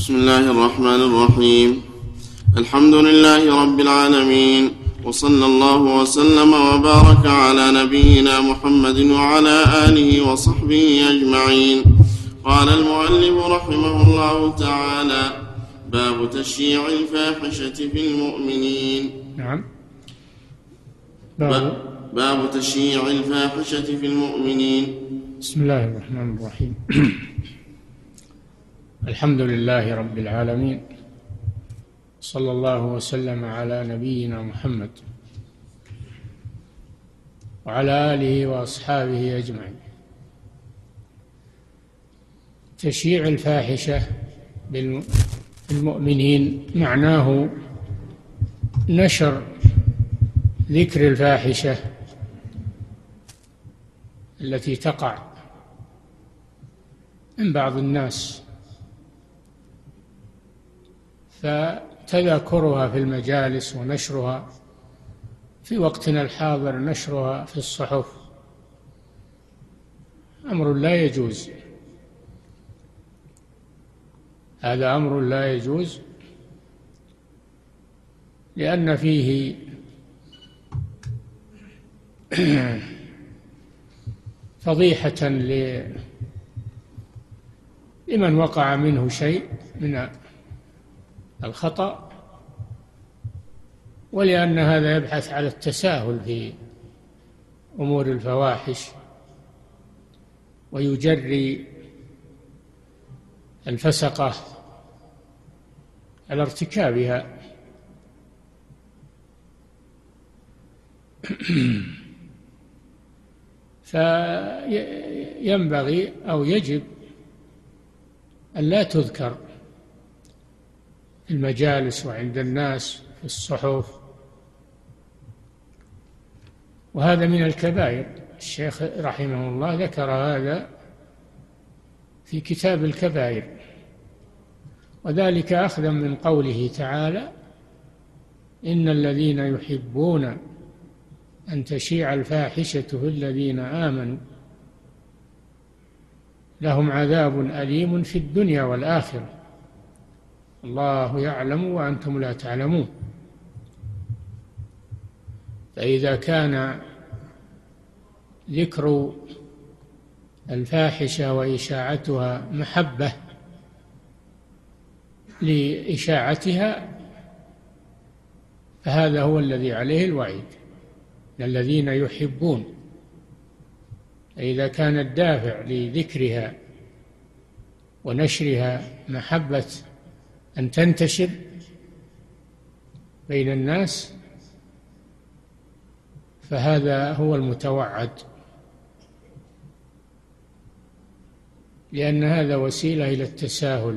بسم الله الرحمن الرحيم. الحمد لله رب العالمين، وصلى الله وسلم وبارك على نبينا محمد وعلى آله وصحبه أجمعين. قال المؤلف رحمه الله تعالى: باب تشييع الفاحشة في المؤمنين. نعم. باب تشييع الفاحشة في المؤمنين. بسم الله الرحمن الرحيم. الحمد لله رب العالمين، صلى الله وسلم على نبينا محمد وعلى آله وأصحابه أجمعين. تشييع الفاحشة بالمؤمنين معناه نشر ذكر الفاحشة التي تقع من بعض الناس، فتذاكرها في المجالس ونشرها في وقتنا الحاضر، نشرها في الصحف، أمر لا يجوز. هذا أمر لا يجوز، لأن فيه فضيحة لمن وقع منه شيء من الخطأ، ولأن هذا يبحث على التساهل في أمور الفواحش ويجري الفسقة على ارتكابها. فينبغي أو يجب أن لا تذكر في المجالس وعند الناس في الصحف، وهذا من الكبائر. الشيخ رحمه الله ذكر هذا في كتاب الكبائر، وذلك أخذا من قوله تعالى: إن الذين يحبون أن تشيع الفاحشة في الذين آمنوا لهم عذاب أليم في الدنيا والآخرة الله يعلم وأنتم لا تعلمون. فإذا كان ذكر الفاحشة وإشاعتها محبة لإشاعتها، فهذا هو الذي عليه الوعيد، الذين يحبون. إذا كان الدافع لذكرها ونشرها محبة أن تنتشر بين الناس، فهذا هو المتوعد، لأن هذا وسيلة إلى التساهل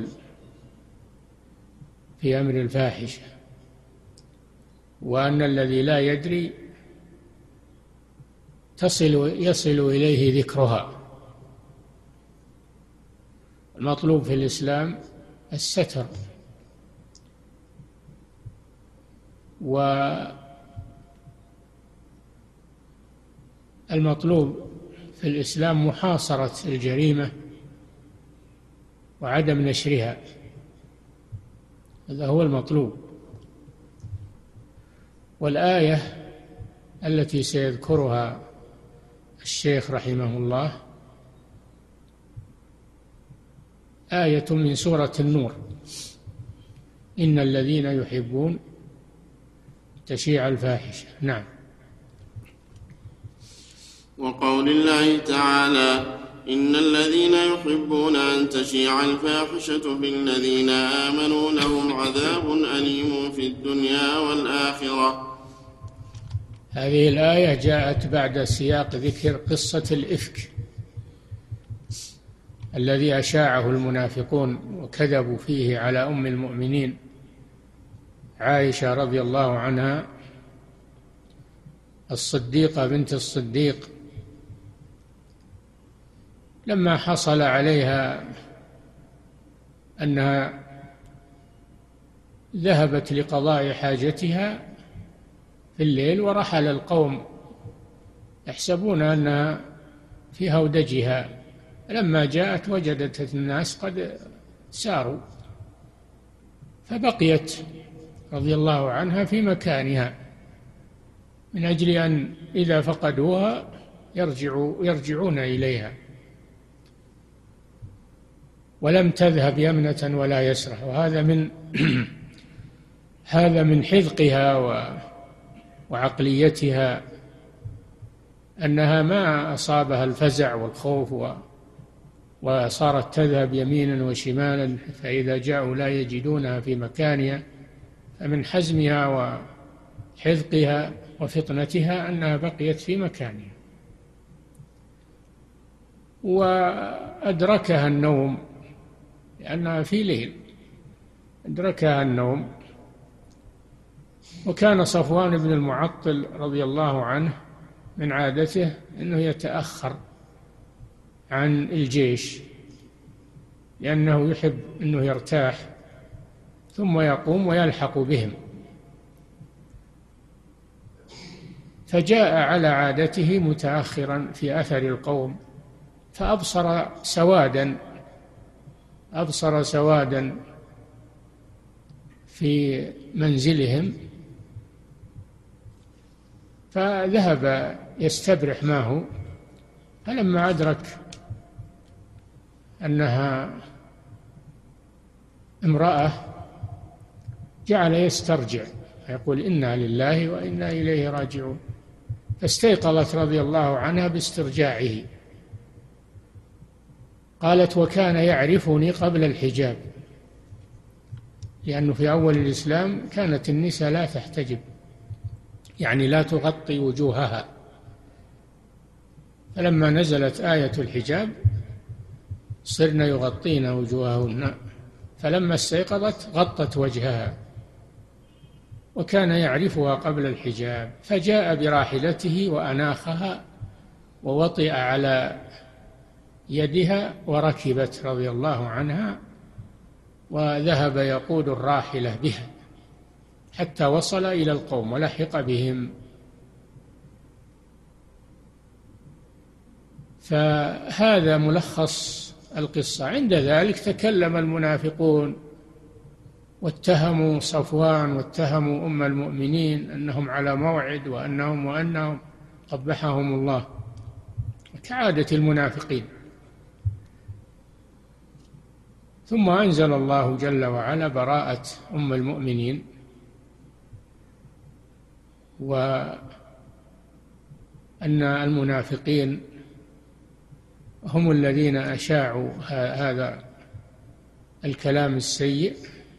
في أمر الفاحشة، وأن الذي لا يدري يصل إليه ذكرها. المطلوب في الإسلام الستر، والمطلوب في الإسلام محاصرة الجريمة وعدم نشرها، هذا هو المطلوب. والآية التي سيذكرها الشيخ رحمه الله آية من سورة النور: إن الذين يحبون تشيع الفاحشة. نعم. وقول الله تعالى: إن الذين يحبون أن تشيع الفاحشة في الذين آمنوا لهم عذاب أليم في الدنيا والآخرة. هذه الآية جاءت بعد سياق ذكر قصة الإفك الذي أشاعه المنافقون وكذبوا فيه على أم المؤمنين عائشة رضي الله عنها الصديقة بنت الصديق، لما حصل عليها أنها ذهبت لقضاء حاجتها في الليل، ورحل القوم يحسبون أنها في هودجها، لما جاءت وجدت الناس قد ساروا فبقيت رضي الله عنها في مكانها من أجل أن إذا فقدوها يرجعون إليها، ولم تذهب يمنة ولا يسرى. وهذا من هذا من حذقها وعقليتها، أنها ما أصابها الفزع والخوف وصارت تذهب يمينا وشمالا، فإذا جاءوا لا يجدونها في مكانها. فمن حزمها وحذقها وفطنتها أنها بقيت في مكانها. وأدركها النوم لأنها في ليل، أدركها النوم. وكان صفوان بن المعطل رضي الله عنه من عادته أنه يتأخر عن الجيش، لأنه يحب أنه يرتاح ثم يقوم ويلحق بهم. فجاء على عادته متأخرا في أثر القوم، فأبصر سوادا في منزلهم، فذهب يستبرح معه. فلما أدرك أنها امرأة جعل يسترجع، يقول إنا لله وإنا إليه راجعون. فاستيقظت رضي الله عنها باسترجاعه. قالت: وكان يعرفني قبل الحجاب، لأنه في أول الإسلام كانت النساء لا تحتجب، يعني لا تغطي وجوهها. فلما نزلت آية الحجاب صرن يغطين وجوههن، فلما استيقظت غطت وجهها، وكان يعرفها قبل الحجاب. فجاء براحلته وأناخها ووطئ على يدها وركبت رضي الله عنها، وذهب يقود الراحلة بها حتى وصل إلى القوم ولحق بهم. فهذا ملخص القصة. عند ذلك تكلم المنافقون واتهموا صفوان واتهموا أم المؤمنين أنهم على موعد وأنهم قبحهم الله، كعادة المنافقين. ثم أنزل الله جل وعلا براءة أم المؤمنين، وأن المنافقين هم الذين أشاعوا هذا الكلام السيء.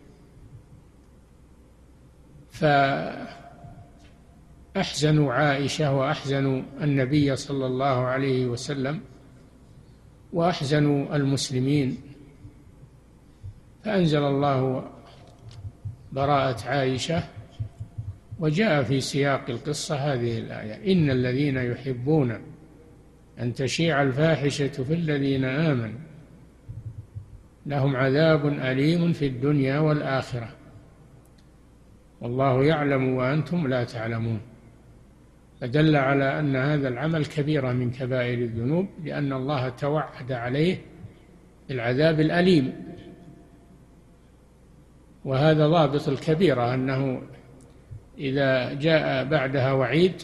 فأحزنوا عائشة وأحزنوا النبي صلى الله عليه وسلم وأحزنوا المسلمين، فأنزل الله براءة عائشة. وجاء في سياق القصة هذه الآية: إن الذين يحبون أن تشيع الفاحشة في الذين آمنوا لهم عذاب أليم في الدنيا والآخرة والله يعلم وأنتم لا تعلمون. فدل على أن هذا العمل كبيرة من كبائر الذنوب، لأن الله توعد عليه بالعذاب الأليم. وهذا ضابط الكبيرة، أنه إذا جاء بعدها وعيد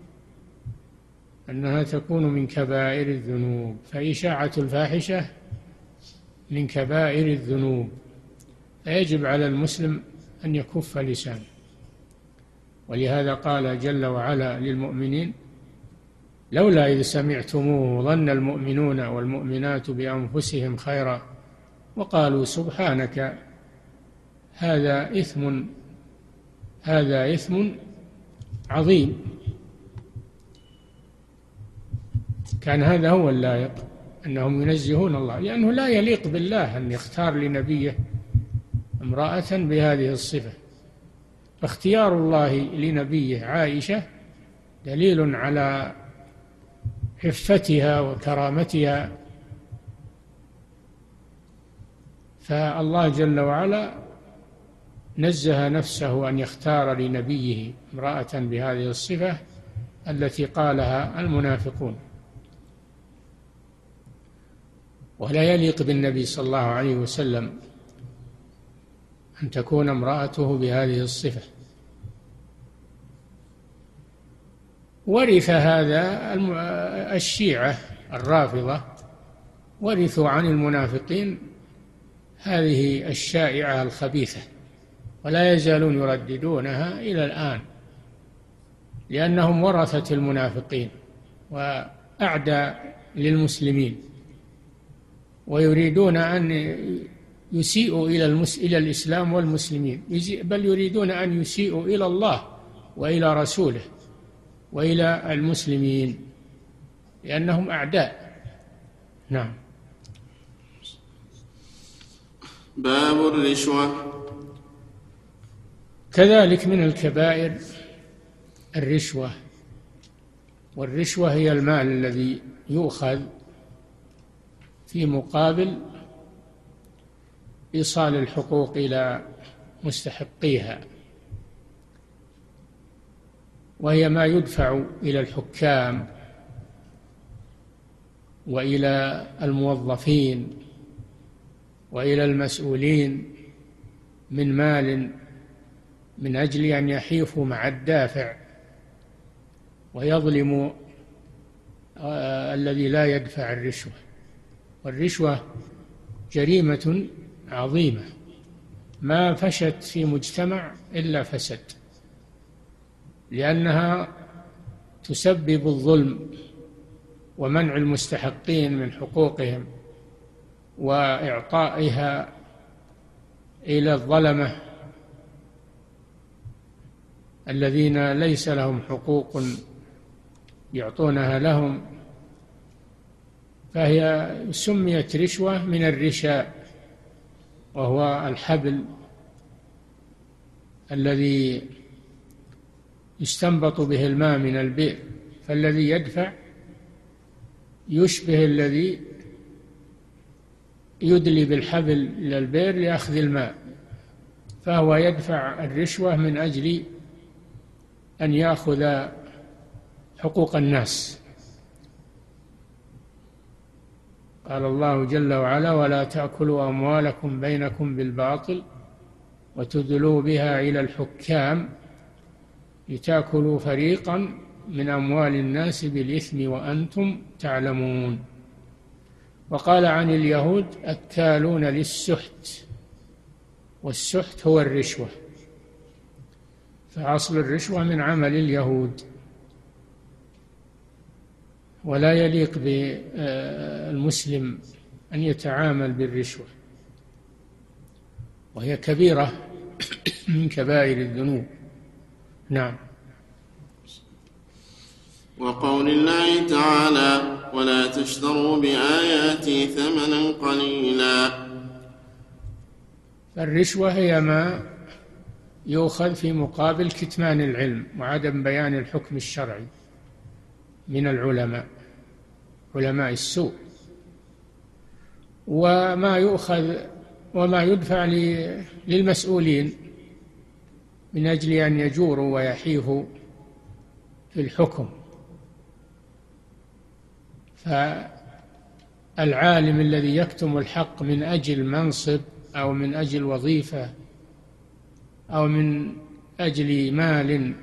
أنها تكون من كبائر الذنوب. فإشاعة الفاحشة من كبائر الذنوب، فيجب على المسلم أن يكف لسانه. ولهذا قال جل وعلا للمؤمنين: لولا إذ سمعتموه ظن المؤمنون والمؤمنات بأنفسهم خيرا وقالوا سبحانك هذا إثم عظيم. كان هذا هو اللائق، أنهم ينزهون الله، لأنه لا يليق بالله أن يختار لنبيه امرأة بهذه الصفة. فاختيار الله لنبيه عائشة دليل على حفتها وكرامتها. فالله جل وعلا نزه نفسه أن يختار لنبيه امرأة بهذه الصفة التي قالها المنافقون. ولا يليق بالنبي صلى الله عليه وسلم أن تكون امرأته بهذه الصفة. ورث هذا الشيعة الرافضة، ورثوا عن المنافقين هذه الشائعة الخبيثة، ولا يزالون يرددونها إلى الآن، لأنهم ورثة المنافقين وأعداء للمسلمين، ويريدون أن يسيئوا إلى الإسلام والمسلمين، بل يريدون أن يسيئوا إلى الله وإلى رسوله وإلى المسلمين، لأنهم أعداء. نعم. باب الرشوة. كذلك من الكبائر الرشوة، والرشوة هي المال الذي يؤخذ في مقابل إيصال الحقوق إلى مستحقيها، وهي ما يدفع إلى الحكام وإلى الموظفين وإلى المسؤولين من مال من أجل أن يحيفوا مع الدافع ويظلموا الذي لا يدفع الرشوة. والرشوة جريمة عظيمة ما فشت في مجتمع إلا فسد، لأنها تسبب الظلم ومنع المستحقين من حقوقهم وإعطائها إلى الظلمة الذين ليس لهم حقوق يعطونها لهم. فهي سميت رشوة من الرشاء، وهو الحبل الذي يستنبط به الماء من البئر، فالذي يدفع يشبه الذي يدلي بالحبل إلى البئر لأخذ الماء، فهو يدفع الرشوة من أجل أن يأخذ حقوق الناس. قال الله جل وعلا: ولا تأكلوا أموالكم بينكم بالباطل وتدلوا بها إلى الحكام لتأكلوا فريقا من أموال الناس بالإثم وأنتم تعلمون. وقال عن اليهود: أكالون للسحت، والسحت هو الرشوة، فأصل الرشوة من عمل اليهود، ولا يليق بالمسلم أن يتعامل بالرشوة، وهي كبيرة من كبائر الذنوب. نعم. وقول الله تعالى: ولا تشتروا بآياتي ثمنا قليلا. فالرشوة هي ما يؤخذ في مقابل كتمان العلم وعدم بيان الحكم الشرعي من العلماء، علماء السوء، وما يؤخذ وما يدفع للمسؤولين من أجل أن يجوروا ويحيفوا في الحكم. فالعالم الذي يكتم الحق من أجل منصب أو من أجل وظيفة أو من أجل مال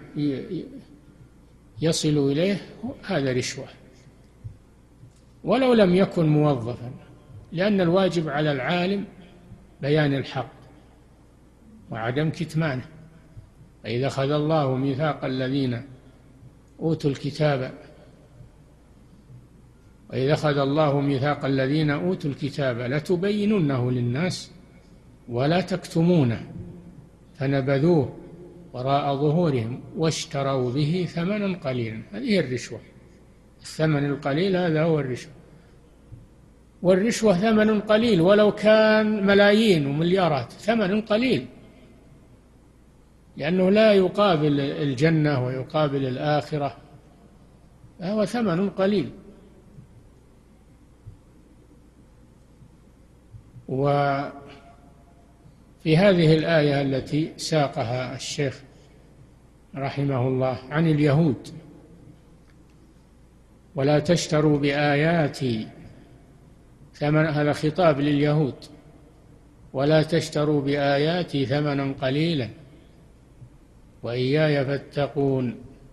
يصل إليه، هذا رشوة ولو لم يكن موظفا، لأن الواجب على العالم بيان الحق وعدم كتمانه. فإذا أخذ الله ميثاق الذين أوتوا الكتاب وإذا أخذ الله ميثاق الذين أوتوا الكتاب لتبيننه للناس ولا تكتمونه فنبذوه وراء ظهورهم واشتروا به ثمنا قليلا. هذه الرشوة، الثمن القليل هذا هو الرشوة. والرشوة ثمن قليل ولو كان ملايين ومليارات، ثمن قليل، لأنه لا يقابل الجنة ويقابل الآخرة، فهو ثمن قليل. وفي هذه الآية التي ساقها الشيخ رحمه الله عن اليهود: ولا تشتروا بآياتي ثمن، هذا خطاب لليهود، ولا تشتروا بآياتي ثمنا قليلا وإياي فاتقون.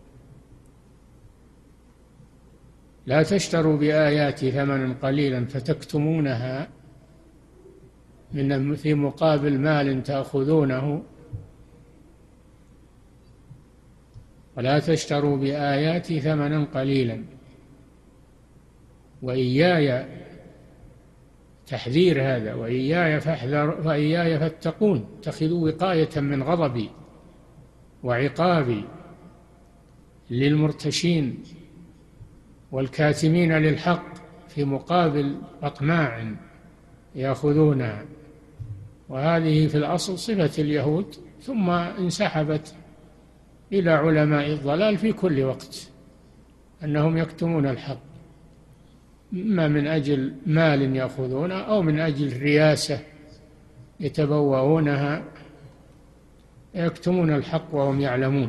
لا تشتروا بآياتي ثمنا قليلا فتكتمونها في مقابل مال تأخذونه، ولا تشتروا بآياتي ثمنا قليلا وإياي، تحذير هذا، وإياي فاتقون، اتخذوا وقاية من غضبي وعقابي للمرتشين والكاتمين للحق في مقابل أطماع يأخذونها. وهذه في الأصل صفة اليهود، ثم انسحبت إلى علماء الضلال في كل وقت، أنهم يكتمون الحق، إما من أجل مال يأخذونه أو من أجل رياسة يتبوؤونها، يكتمون الحق وهم يعلمون.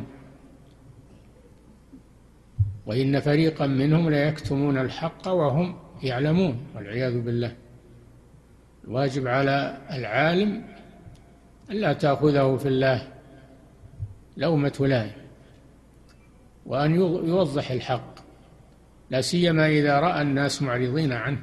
وإن فريقا منهم ليكتمون الحق وهم يعلمون، والعياذ بالله. الواجب على العالم ألا تأخذه في الله لومة لائم، وأن يوضح الحق، لا سيما إذا رأى الناس معرضين عنه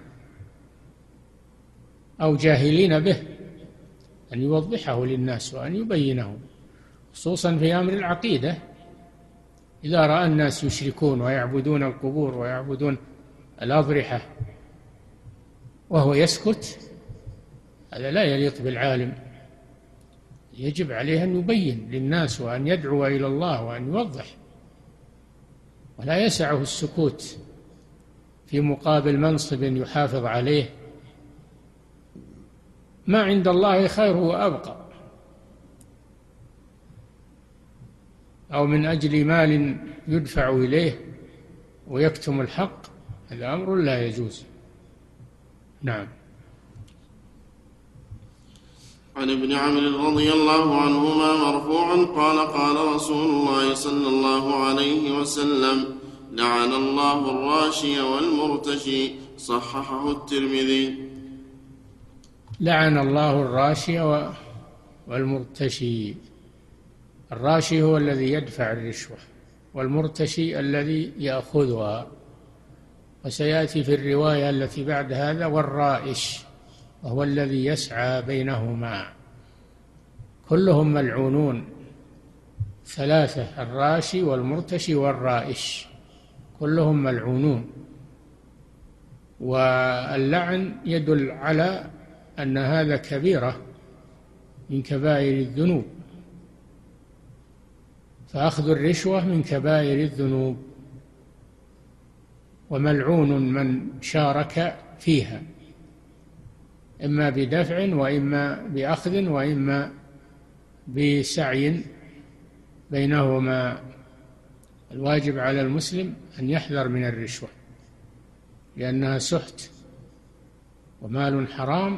أو جاهلين به، أن يوضحه للناس وأن يبينه، خصوصا في أمر العقيدة. إذا رأى الناس يشركون ويعبدون القبور ويعبدون الأضرحة وهو يسكت، هذا لا يليق بالعالم. يجب عليه أن يبين للناس وأن يدعو إلى الله وأن يوضح، ولا يسعه السكوت في مقابل منصب يحافظ عليه. ما عند الله خير وأبقى، أو من أجل مال يدفع إليه ويكتم الحق، هذا أمر لا يجوز. نعم. عن ابن عمرو رضي الله عنهما مرفوعا قال قال رسول الله صلى الله عليه وسلم: لعن الله الراشي والمرتشي. صححه الترمذي. لعن الله الراشي والمرتشي. الراشي هو الذي يدفع الرشوة، والمرتشي الذي يأخذها. وسيأتي في الرواية التي بعد هذا: والرائش، وهو الذي يسعى بينهما. كلهم ملعونون، ثلاثة: الراشي والمرتشي والرائش، كلهم ملعونون. واللعن يدل على أن هذا كبيرة من كبائر الذنوب، فأخذ الرشوة من كبائر الذنوب، وملعون من شارك فيها، إما بدفع وإما بأخذ وإما بسعي بينهما. الواجب على المسلم أن يحذر من الرشوة، لأنها سحت ومال حرام،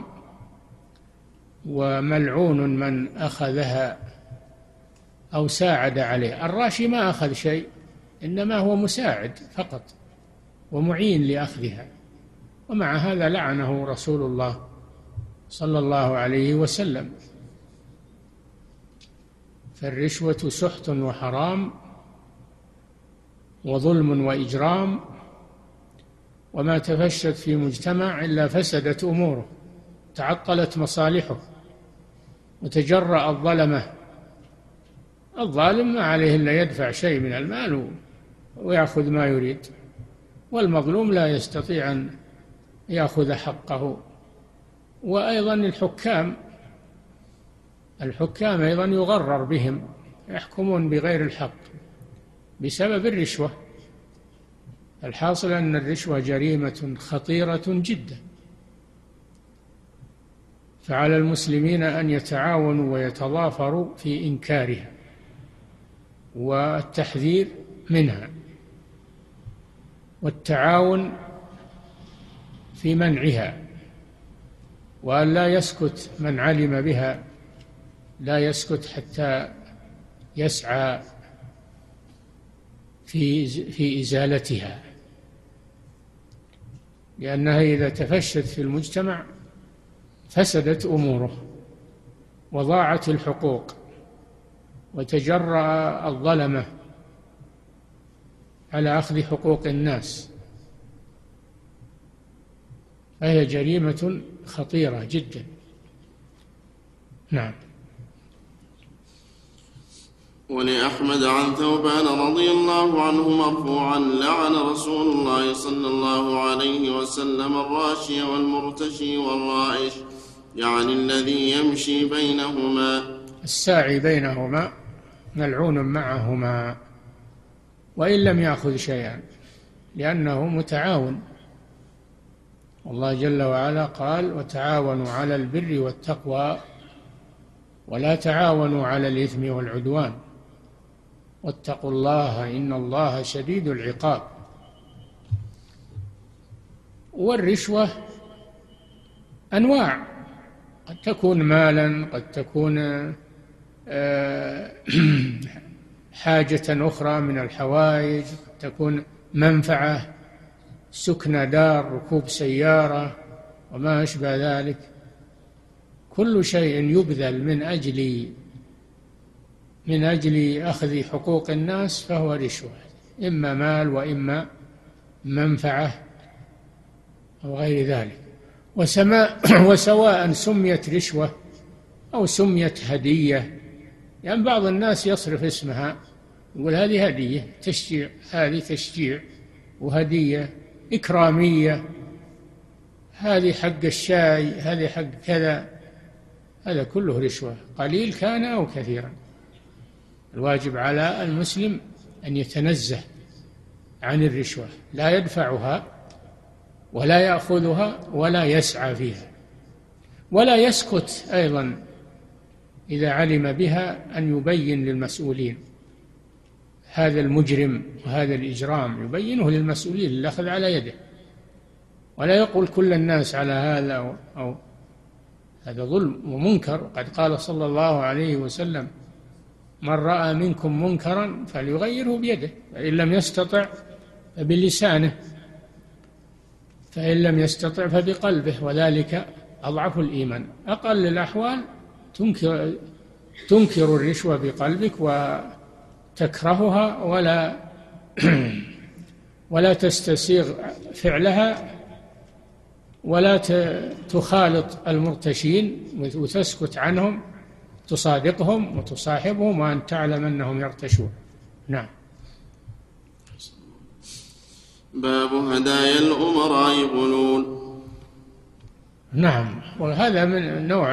وملعون من أخذها أو ساعد عليه. الراشي ما أخذ شيء، إنما هو مساعد فقط ومعين لأخذها، ومع هذا لعنه رسول الله صلى الله عليه وسلم. فالرشوة سحت وحرام وظلم وإجرام، وما تفشت في مجتمع إلا فسدت أموره، تعطلت مصالحه، وتجرأ الظلمة. الظالم ما عليه إلا يدفع شيء من المال ويأخذ ما يريد، والمظلوم لا يستطيع أن يأخذ حقه. وأيضا الحكام أيضا يغرر بهم، يحكمون بغير الحق بسبب الرشوة. الحاصل أن الرشوة جريمة خطيرة جدا، فعلى المسلمين أن يتعاونوا ويتضافروا في إنكارها والتحذير منها، والتعاون في منعها، وأن لا يسكت من علم بها، لا يسكت حتى يسعى في إزالتها، لأنها إذا تفشت في المجتمع فسدت أموره وضاعت الحقوق وتجرأ الظلمة على أخذ حقوق الناس، فهي جريمة خطيرة جدا. نعم. ولأحمد عن ثوبان رضي الله عنه مرفوعا: لعن رسول الله صلى الله عليه وسلم الراشي والمرتشي والرائش، يعني الذي يمشي بينهما. الساعي بينهما ملعون معهما وإن لم يأخذ شيئا، لأنه متعاون. والله جل وعلا قال: وتعاونوا على البر والتقوى ولا تعاونوا على الإثم والعدوان واتقوا الله إن الله شديد العقاب. والرشوة أنواع، قد تكون مالا، قد تكون حاجة أخرى من الحوائج، قد تكون منفعة، سكن دار، ركوب سيارة، وما أشبه ذلك. كل شيء يبذل من أجل أخذ حقوق الناس فهو رشوة، إما مال وإما منفعة أو غير ذلك. وسواء سميت رشوة أو سميت هدية، يعني بعض الناس يصرف اسمها، يقول هذه هدية، تشجيع، هذه تشجيع وهدية إكرامية، هذه حق الشاي، هذه حق كذا. هذا كله رشوة، قليل كان أو كثيرا. الواجب على المسلم أن يتنزه عن الرشوة، لا يدفعها ولا يأخذها ولا يسعى فيها، ولا يسكت أيضا إذا علم بها، أن يبين للمسؤولين هذا المجرم وهذا الإجرام، يبينه للمسؤولين الأخذ على يده، ولا يقول كل الناس على هذا أو هذا ظلم ومنكر. قد قال صلى الله عليه وسلم: من رأى منكم منكرا فليغيره بيده، فإن لم يستطع فبلسانه، فإن لم يستطع فبقلبه، وذلك أضعف الإيمان. أقل الأحوال تنكر الرشوة بقلبك وتكرهها ولا تستسيغ فعلها، ولا تخالط المرتشين وتسكت عنهم، تصادقهم وتصاحبهم وأن تعلم أنهم يرتشون. نعم. باب هدايا الأمراء غلول. نعم، وهذا من نوع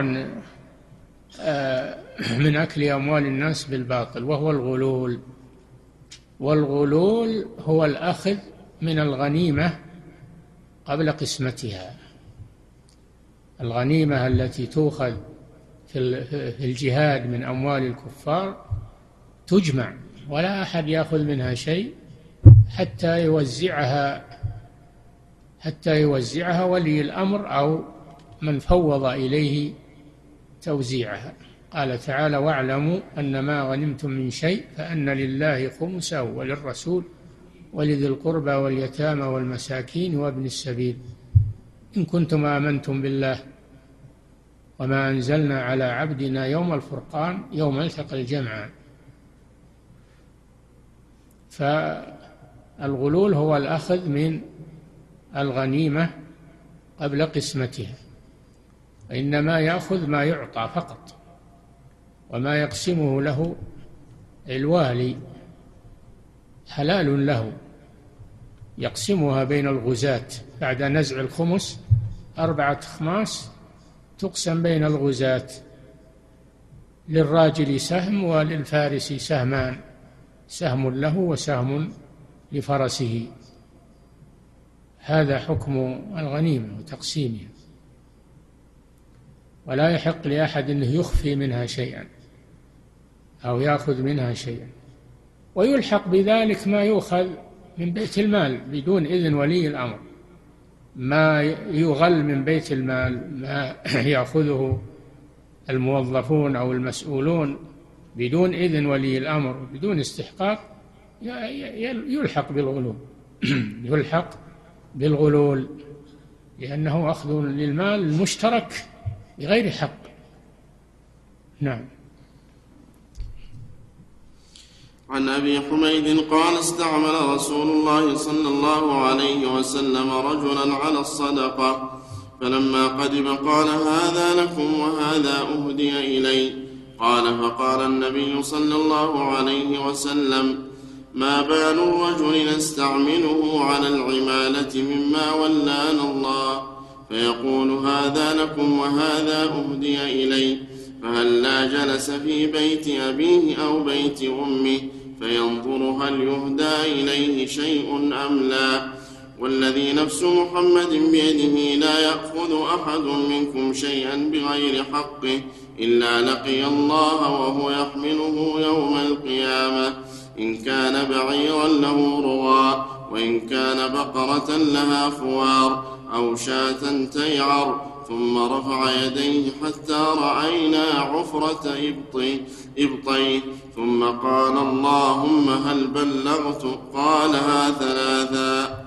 من أكل أموال الناس بالباطل، وهو الغلول. والغلول هو الأخذ من الغنيمة قبل قسمتها. الغنيمة التي تؤخذ في الجهاد من أموال الكفار تجمع، ولا أحد يأخذ منها شيء حتى يوزعها ولي الأمر أو من فوض إليه توزيعها. قال تعالى: واعلموا أن ما غنمتم من شيء فأن لله خمسه وللرسول ولذي القربى واليتامى والمساكين وابن السبيل إن كنتم آمنتم بالله وما أنزلنا على عبدنا يوم الفرقان يوم التقى الجمعان. فالغلول هو الأخذ من الغنيمة قبل قسمتها، إنما يأخذ ما يعطى فقط، وما يقسمه له الوالي حلال له، يقسمها بين الغزاة بعد نزع الخمس 4 أخماس تقسم بين الغزاة، للراجل سهم وللفارس سهمان، سهم له وسهم لفرسه. هذا حكم الغنيمة وتقسيمها، ولا يحق لأحد أنه يخفي منها شيئا أو يأخذ منها شيئا. ويلحق بذلك ما يؤخذ من بيت المال بدون إذن ولي الأمر، ما يغل من بيت المال، ما يأخذه الموظفون أو المسؤولون بدون إذن ولي الأمر بدون استحقاق، يلحق بالغلول يلحق بالغلول، لأنه أخذ للمال المشترك بغير حق. نعم. عن أبي حميد قال استعمل رسول الله صلى الله عليه وسلم رجلا على الصدقة، فلما قدم قال هذا لكم وهذا أهدي إلي. قال فقال النبي صلى الله عليه وسلم ما بال الرجل نستعمله على العمالة مما ولانا الله، فيقول هذا لكم وهذا أهدي إلي، فهلا جلس في بيت أبيه أو بيت أمه فينظر هل يهدى إليه شيء أم لا. والذي نفس محمد بيده لا يأخذ أحد منكم شيئا بغير حقه إلا لقي الله وهو يحمله يوم القيامة، إن كان بعيرا له رغى، وإن كان بقرة لها خوار، أو شاة تيعر. ثم رفع يديه حتى رأينا عفرة إبطيه، ثم قال اللهم هل بلغت؟ قالها ثلاثا.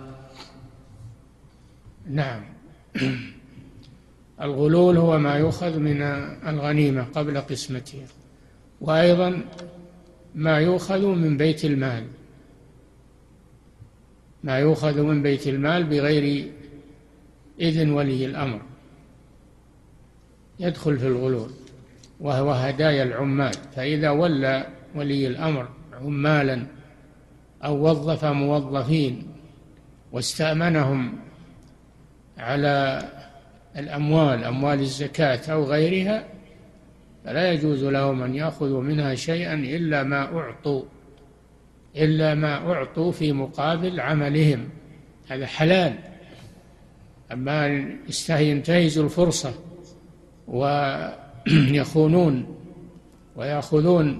نعم. الغلول هو ما يؤخذ من الغنيمة قبل قسمتها، وأيضا ما يؤخذ من بيت المال، ما يؤخذ من بيت المال بغير إذن ولي الأمر يدخل في الغلول، وهو هدايا العمال. فإذا ولى ولي الأمر عمالا أو وظف موظفين واستأمنهم على الأموال، أموال الزكاة أو غيرها، فلا يجوز لهم أن يأخذوا منها شيئا إلا ما أعطوا في مقابل عملهم، هذا حلال. أما ينتهزوا الفرصة ويخونون ويأخذون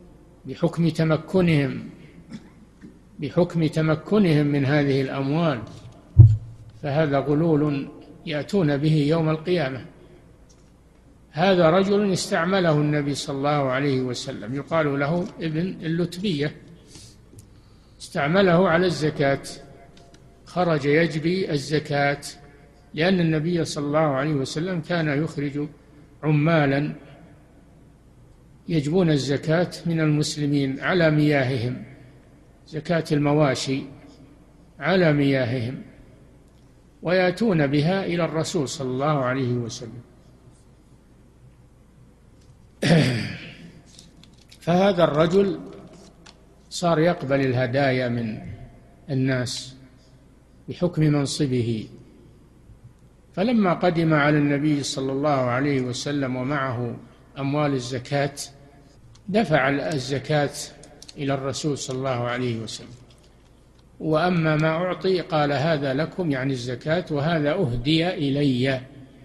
بحكم تمكنهم من هذه الأموال، فهذا غلول يأتون به يوم القيامة. هذا رجل استعمله النبي صلى الله عليه وسلم، يقال له ابن اللتبية، استعمله على الزكاة، خرج يجبي الزكاة، لأن النبي صلى الله عليه وسلم كان يخرج عمالا يجبون الزكاة من المسلمين على مياههم، زكاة المواشي على مياههم، ويأتون بها إلى الرسول صلى الله عليه وسلم. فهذا الرجل صار يقبل الهدايا من الناس بحكم منصبه، فلما قدم على النبي صلى الله عليه وسلم ومعه أموال الزكاة دفع الزكاة إلى الرسول صلى الله عليه وسلم، وأما ما أعطي قال هذا لكم يعني الزكاة وهذا أهدي إلي.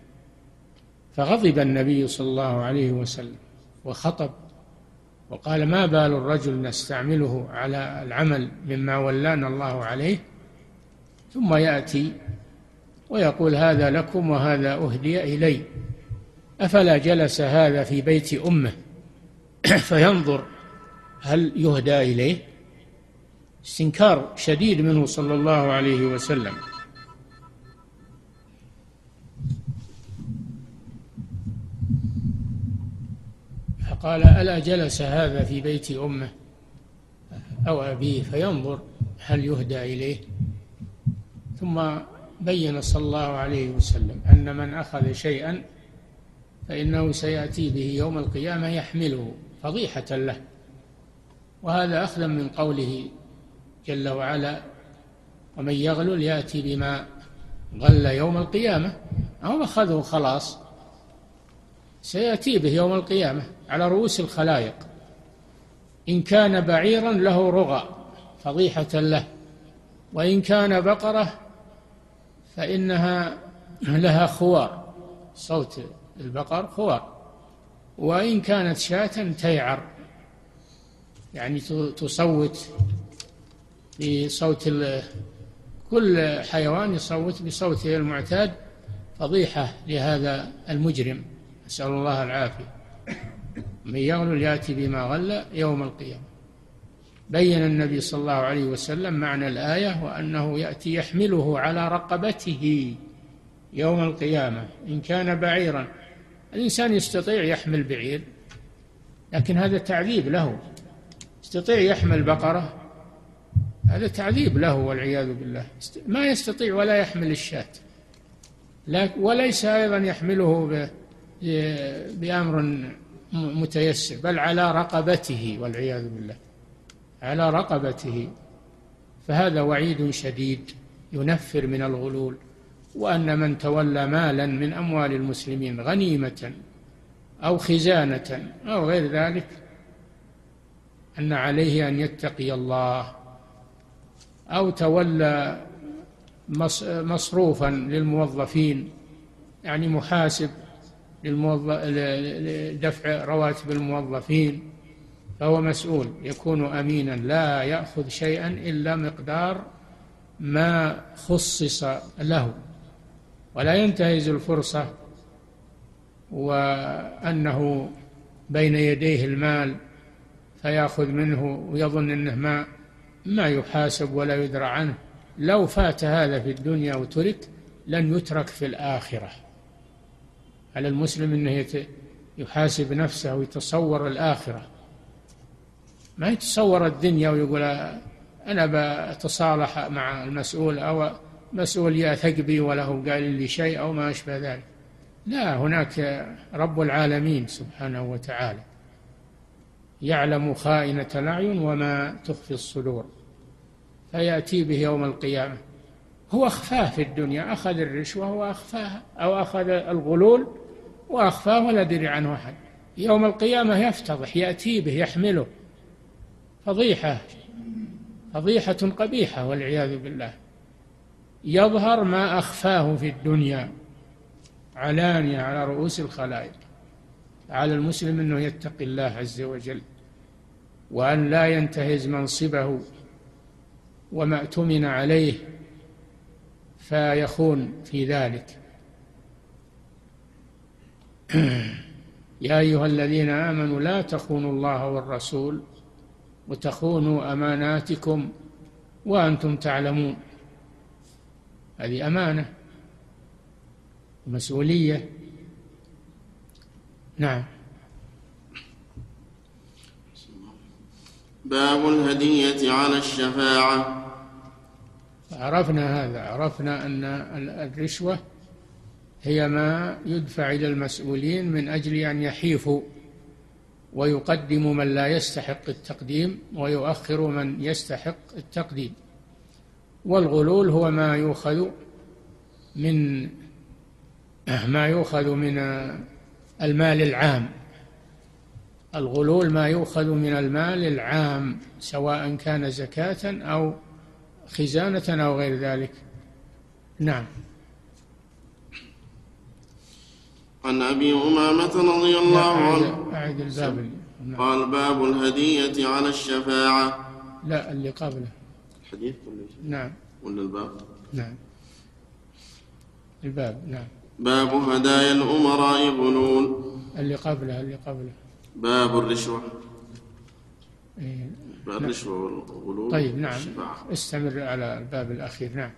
فغضب النبي صلى الله عليه وسلم وخطب وقال ما بال الرجل نستعمله على العمل مما ولانا الله عليه ثم يأتي ويقول هذا لكم وهذا أهدي إلي، أفلا جلس هذا في بيت أمه فينظر هل يهدى إليه؟ استنكار شديد منه صلى الله عليه وسلم. فقال ألا جلس هذا في بيت أمه أو أبيه فينظر هل يهدى إليه؟ ثم بين صلى الله عليه وسلم أن من أخذ شيئا فإنه سيأتي به يوم القيامة يحمله فضيحة له، وهذا أخذا من قوله جل وعلا ومن يغلل يأتي بما غل يوم القيامة، أو أخذه خلاص سيأتي به يوم القيامة على رؤوس الخلائق. إن كان بعيرا له رغى فضيحة له، وإن كان بقرة فإنها لها خوار، صوت البقر خوار، وإن كانت شاة تيعر يعني تصوت بصوت كل حيوان يصوت بصوته المعتاد، فضيحة لهذا المجرم، نسأل الله العافية. من يغلل يأتي بما غل يوم القيامة. بين النبي صلى الله عليه وسلم معنى الآية وأنه يأتي يحمله على رقبته يوم القيامة. إن كان بعيرا، الإنسان يستطيع يحمل بعير لكن هذا تعذيب له. يستطيع يحمل بقرة، هذا تعذيب له والعياذ بالله. ما يستطيع ولا يحمل الشاة، وليس أيضا يحمله بأمر متيسر، بل على رقبته والعياذ بالله، على رقبته. فهذا وعيد شديد ينفر من الغلول. وأن من تولى مالا من أموال المسلمين غنيمة أو خزانة أو غير ذلك أن عليه أن يتقي الله، أو تولى مصروفا للموظفين، يعني محاسب لدفع رواتب الموظفين، فهو مسؤول، يكون أمينا، لا يأخذ شيئا إلا مقدار ما خصص له، ولا ينتهز الفرصة وأنه بين يديه المال فيأخذ منه ويظن أنه ما يحاسب ولا يدرى عنه. لو فات هذا في الدنيا وترك لن يترك في الآخرة. على المسلم أنه يحاسب نفسه ويتصور الآخرة، ما يتصور الدنيا ويقول أنا بتصالح مع المسؤول أو مسؤول يأثق بي وله قال لي شيء أو ما أشبه ذلك. لا، هناك رب العالمين سبحانه وتعالى يعلم خائنة الأعين وما تخفي الصدور، فيأتي به يوم القيامة. هو أخفاه في الدنيا، أخذ الرشوة وأخفاها، أو أخذ الغلول وأخفاه ولا دري عنه أحد. يوم القيامة يفتضح، يأتي به يحمله فضيحة قبيحة والعياذ بالله. يظهر ما أخفاه في الدنيا علانية على رؤوس الخلائق. على المسلم أنه يتقي الله عز وجل، وأن لا ينتهز منصبه وما اؤتمن عليه فيخون في ذلك. يا أيها الذين آمنوا لا تخونوا الله والرسول وتخونوا أماناتكم وأنتم تعلمون. هذه أمانة ومسؤولية. نعم. باب الهدية على الشفاعة. عرفنا هذا، عرفنا أن الرشوة هي ما يدفع إلى المسؤولين من أجل أن يحيفوا ويقدموا من لا يستحق التقديم ويؤخر من يستحق التقديم. والغلول هو ما يؤخذ من المال العام. الغلول ما يؤخذ من المال العام، سواء كان زكاة أو خزانة أو غير ذلك. نعم. عن أبي أمامة رضي الله عنه أعد الباب. قال باب الهدية على الشفاعة. لا، اللي قبله الحديث كله. نعم. ولا الباب؟ نعم، الباب. نعم. باب هدايا الأمراء غلول. اللي قبله باب الرشوة. إيه. باب الرشوة والغلول. طيب، نعم، استمر على الباب الأخير. نعم.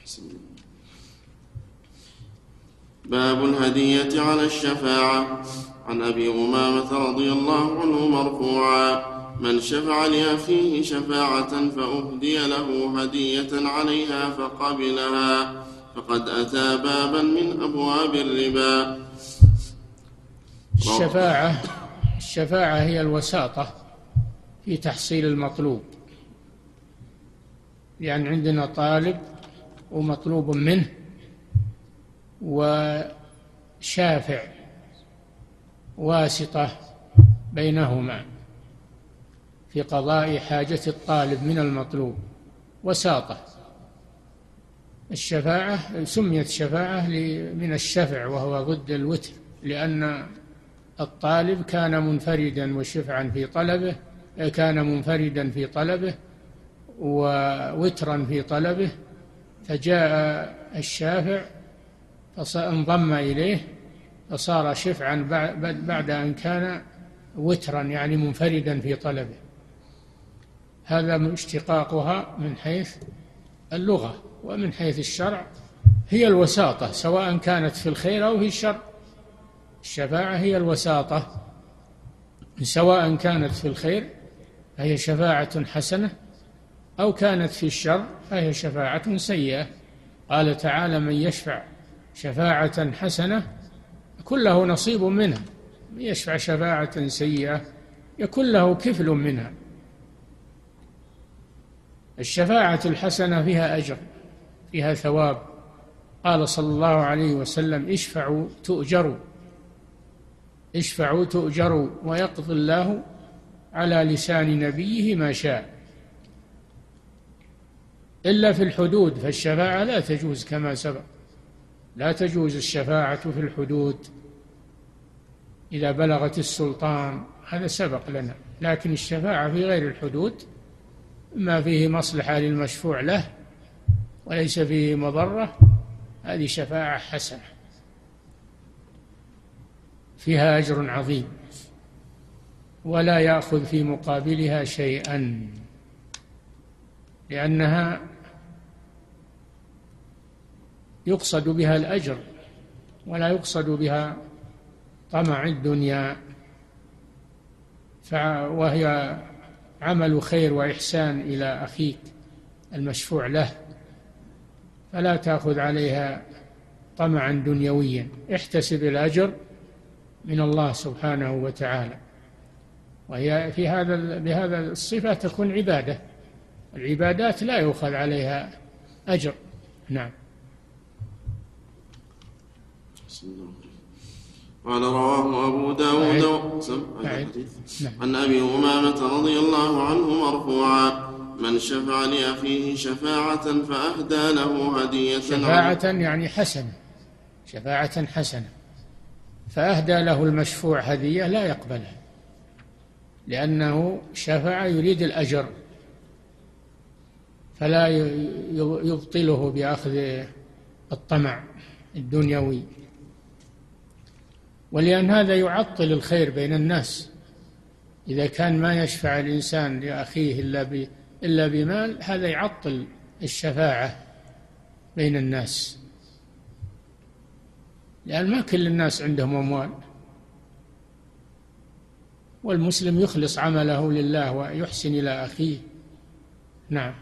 باب الهدية على الشفاعة. عن أبي أمامة رضي الله عنه مرفوعا: من شفع لأخيه شفاعة فأهدي له هدية عليها فقبلها فقد أتى بابا من أبواب الربا. الشفاعة هي الوساطة في تحصيل المطلوب، يعني عندنا طالب ومطلوب منه وشافع، واسطة بينهما في قضاء حاجة الطالب من المطلوب، وساطة. الشفاعة سميت شفاعة من الشفع وهو ضد الوتر، لأن الطالب كان منفردا وشفعا في طلبه، كان منفردا في طلبه ووترا في طلبه، فجاء الشافع فانضم إليه فصار شفعا بعد أن كان وترا، يعني منفردا في طلبه. هذا من اشتقاقها من حيث اللغة، ومن حيث الشرع هي الوساطة، سواء كانت في الخير أو في الشر. الشفاعة هي الوساطة سواء كانت في الخير فهي شفاعة حسنة أو كانت في الشر فهي شفاعة سيئة. قال تعالى: من يشفع شفاعة حسنة يكون له نصيب منها، من يشفع شفاعة سيئة يكون له كفل منها. الشفاعة الحسنة فيها أجر، فيها ثواب. قال صلى الله عليه وسلم: اشفعوا تؤجروا، اشفعوا تؤجروا، ويقضي الله على لسان نبيه ما شاء، إلا في الحدود، فالشفاعة لا تجوز كما سبق، لا تجوز الشفاعة في الحدود إذا بلغت السلطان، هذا سبق لنا. لكن الشفاعة في غير الحدود ما فيه مصلحة للمشفوع له وليس فيه مضرة، هذه شفاعة حسنة فيها أجر عظيم، ولا يأخذ في مقابلها شيئا، لأنها يقصد بها الأجر ولا يقصد بها طمع الدنيا، وهي عمل خير وإحسان إلى أخيك المشفوع له، فلا تأخذ عليها طمعا دنيويا، احتسب الأجر من الله سبحانه وتعالى. وهي بهذا الصفة تكون عبادة، العبادات لا يؤخذ عليها أجر. نعم. قال: رواه أبو داود عن أبي أمامة رضي الله عنه مرفوعا: من شفع لأخيه شفاعة فأهدى له هدية، شفاعة يعني حسنة، شفاعة حسنة، فأهدى له المشفوع هدية لا يقبلها، لأنه شفع يريد الأجر، فلا يبطله بأخذ الطمع الدنيوي. ولأن هذا يعطل الخير بين الناس، إذا كان ما يشفع الإنسان لأخيه إلا بمال، هذا يعطل الشفاعة بين الناس، لأن ما كل الناس عندهم أموال، والمسلم يخلص عمله لله ويحسن إلى أخيه. نعم.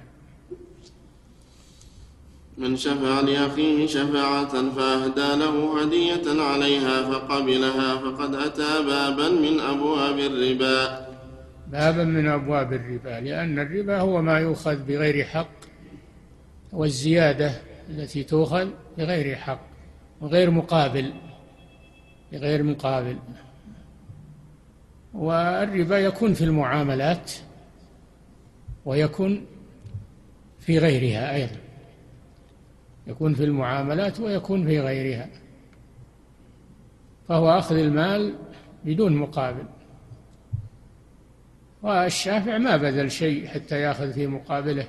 من شفع لأخيه شفاعة فأهدى له هدية عليها فقبلها فقد أتى بابا من أبواب الربا، بابا من أبواب الربا، لأن الربا هو ما يؤخذ بغير حق، والزيادة التي تؤخذ بغير حق وغير مقابل، بغير مقابل. والربا يكون في المعاملات ويكون في غيرها أيضا، يكون في المعاملات ويكون في غيرها، فهو أخذ المال بدون مقابل، والشافع ما بذل شيء حتى يأخذ في مقابله.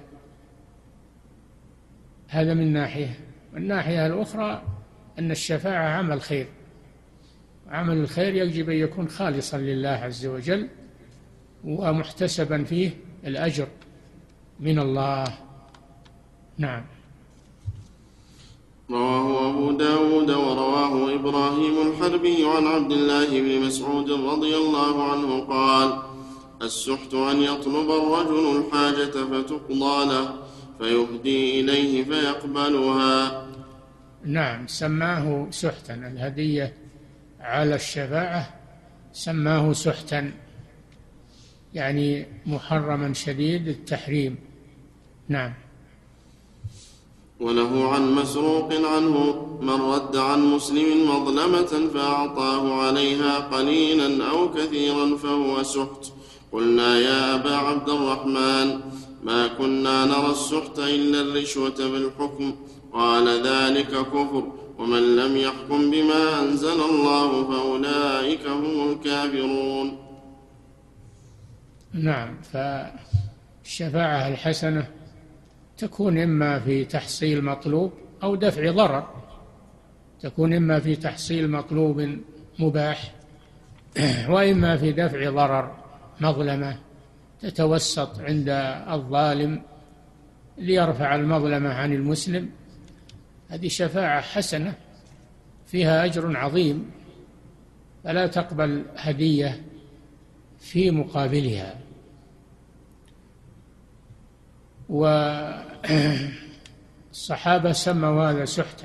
هذا من ناحية. والناحية الأخرى أن الشفاعة عمل خير، عمل الخير يجب أن يكون خالصا لله عز وجل ومحتسبا فيه الأجر من الله. نعم. رواه أبو داود ورواه إبراهيم الحربي عن عبد الله بن مسعود رضي الله عنه قال: السحت أن يطلب الرجل الحاجة فتقضى له فيهدي إليه فيقبلها. نعم، سماه سحتا، الهدية على الشفاعة سماه سحتا، يعني محرما شديد التحريم. نعم. وله عن مسروق عنه: من رد عن مسلم مظلمة فأعطاه عليها قليلا أو كثيرا فهو سحت. قلنا: يا أبا عبد الرحمن، ما كنا نرى السحت إلا الرشوة بالحكم. قال: ذلك كفر، ومن لم يحكم بما أنزل الله فأولئك هم الكافرون. نعم. فالشفاعة الحسنة تكون إما في تحصيل مطلوب أو دفع ضرر، تكون إما في تحصيل مطلوب مباح وإما في دفع ضرر، مظلمة تتوسط عند الظالم ليرفع المظلمة عن المسلم، هذه شفاعة حسنة فيها أجر عظيم، فلا تقبل هدية في مقابلها. والصحابة سموا هذا سحتا،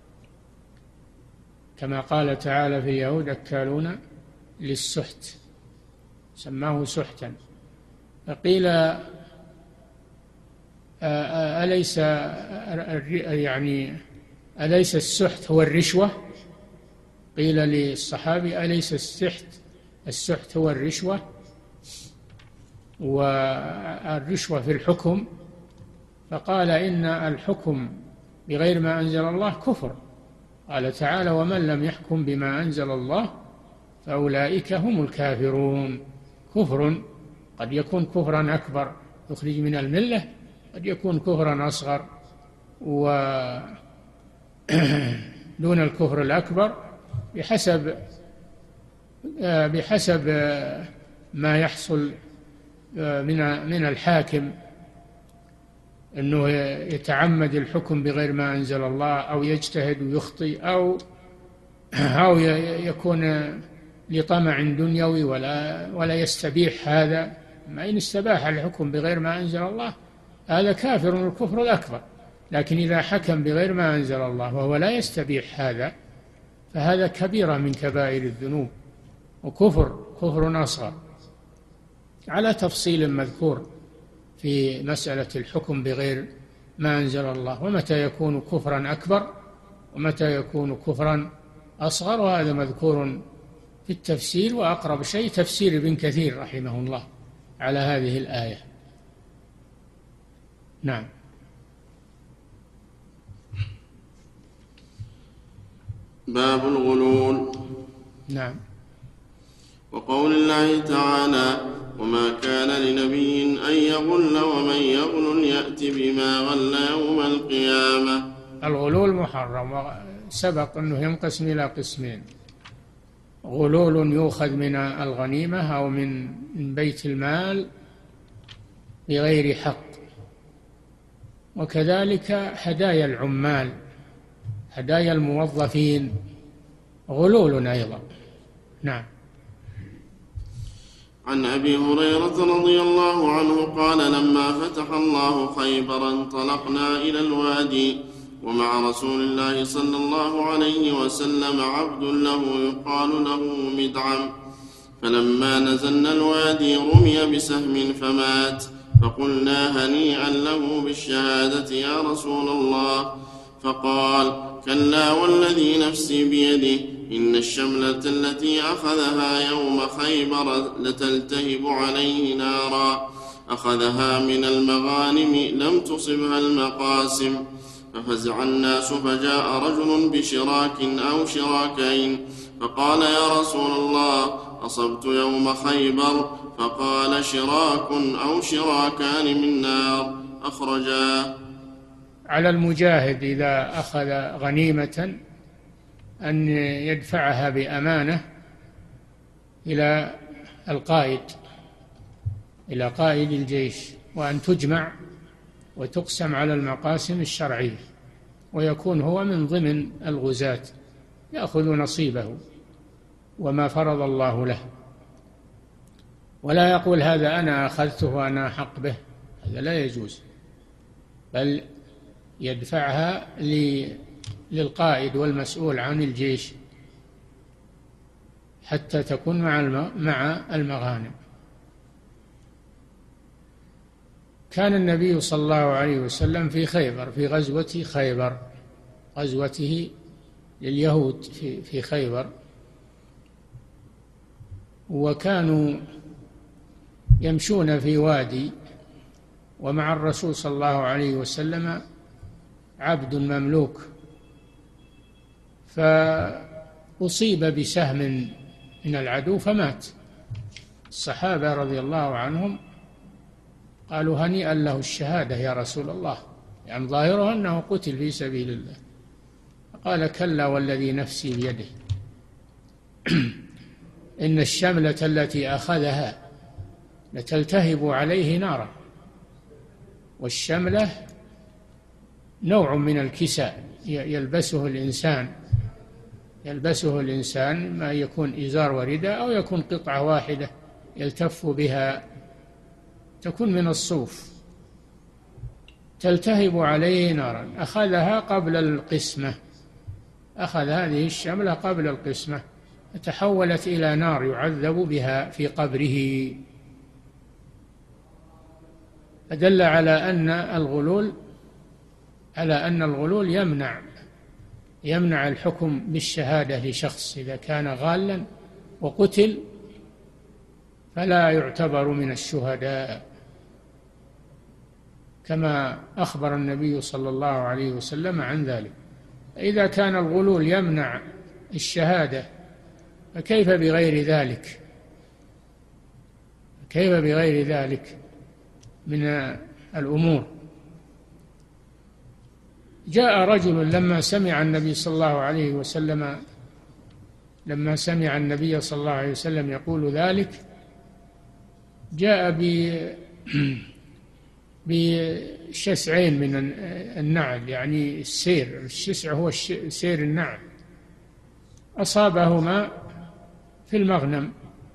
كما قال تعالى في اليهود أكالون للسحت، سماه سحتا. فقيل أليس السحت هو الرشوة؟ قيل للصحابي أليس السحت هو الرشوة؟ والرشوة في الحكم، فقال إن الحكم بغير ما أنزل الله كفر. قال تعالى ومن لم يحكم بما أنزل الله فأولئك هم الكافرون. كفر قد يكون كفرا أكبر يخرج من الملة، قد يكون كفرا أصغر، ودون الكفر الأكبر بحسب ما يحصل من الحاكم، أنه يتعمد الحكم بغير ما أنزل الله، أو يجتهد ويخطئ، أو يكون لطمع دنيوي ولا يستبيح هذا. ما إن استباح الحكم بغير ما أنزل الله هذا كافر الكفر الأكبر، لكن إذا حكم بغير ما أنزل الله وهو لا يستبيح هذا فهذا كبيرة من كبائر الذنوب، وكفر أصغر، على تفصيل مذكور في مسألة الحكم بغير ما أنزل الله، ومتى يكون كفرا أكبر ومتى يكون كفرا أصغر، وهذا مذكور في التفسير، وأقرب شيء تفسير ابن كثير رحمه الله على هذه الآية. نعم. باب الغلول. نعم. وقول الله تعالى وما كان لنبي أن يغل ومن يغل يأت بما غل يوم القيامة. الغلول محرم، سبق أنه ينقسم إلى قسمين: غلول يؤخذ من الغنيمة أو من بيت المال بغير حق، وكذلك هدايا العمال، هدايا الموظفين غلول أيضا. نعم. عن أبي هريرة رضي الله عنه قال لما فتح الله خيبر انطلقنا إلى الوادي ومع رسول الله صلى الله عليه وسلم عبد له يقال له مدعم، فلما نزلنا الوادي رمي بسهم فمات، فقلنا هنيئا له بالشهادة يا رسول الله، فقال كلا والذي نفسي بيده إن الشملة التي أخذها يوم خيبر لتلتهب عليه نارا، أخذها من المغانم لم تصبها المقاسم. ففزع الناس، فجاء رجل بشراك أو شراكين فقال يا رسول الله أصبت يوم خيبر، فقال شراك أو شراكان من نار، أخرجاه. على المجاهد إذا أخذ غنيمة أن يدفعها بأمانة إلى القائد، إلى قائد الجيش، وأن تجمع وتقسم على المقاسم الشرعية، ويكون هو من ضمن الغزاة يأخذ نصيبه وما فرض الله له، ولا يقول هذا أنا أخذته وأنا أحق به، هذا لا يجوز، بل يدفعها للقائد والمسؤول عن الجيش حتى تكون مع المغانم. كان النبي صلى الله عليه وسلم في خيبر، في غزوة خيبر، غزوته لليهود في خيبر، وكانوا يمشون في وادي، ومع الرسول صلى الله عليه وسلم عبد مملوك، فأصيب بسهم من العدو فمات. الصحابة رضي الله عنهم قالوا هنيئا له الشهادة يا رسول الله، يعني ظاهره أنه قتل في سبيل الله. قال كلا والذي نفسي بيده إن الشملة التي أخذها لتلتهب عليه نارا. والشملة نوع من الكساء يلبسه الإنسان، ما يكون إزار ورداء أو يكون قطعة واحدة يلتف بها، تكون من الصوف، تلتهب عليه نارا. أخذها قبل القسمة، أخذ هذه الشملة قبل القسمة، فتحولت إلى نار يعذب بها في قبره. فدل على أن الغلول يمنع الحكم بالشهادة لشخص إذا كان غالا وقتل، فلا يعتبر من الشهداء، كما أخبر النبي صلى الله عليه وسلم عن ذلك. إذا كان الغلول يمنع الشهادة فكيف بغير ذلك؟ كيف بغير ذلك من الأمور؟ جاء رجل لما سمع النبي صلى الله عليه وسلم يقول ذلك، جاء بشسعين من النعل، يعني الشسع هو سير النعل، أصابهما في المغنم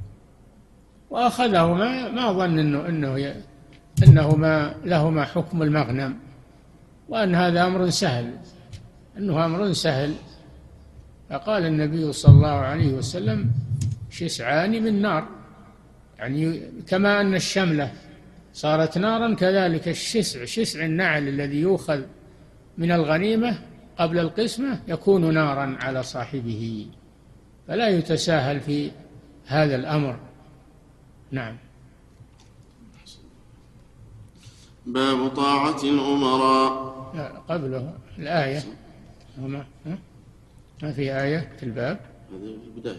وأخذهما، ما ظن أنهما لهما حكم المغنم، وأن هذا أمر سهل، فقال النبي صلى الله عليه وسلم: شسعان من نار، يعني كما أن الشملة صارت نارا كذلك شسع النعل الذي يؤخذ من الغنيمة قبل القسمة يكون نارا على صاحبه، فلا يتساهل في هذا الأمر. نعم. باب طاعة الأمراء. قبله الآية، ما في آية في الباب. هذه البداية: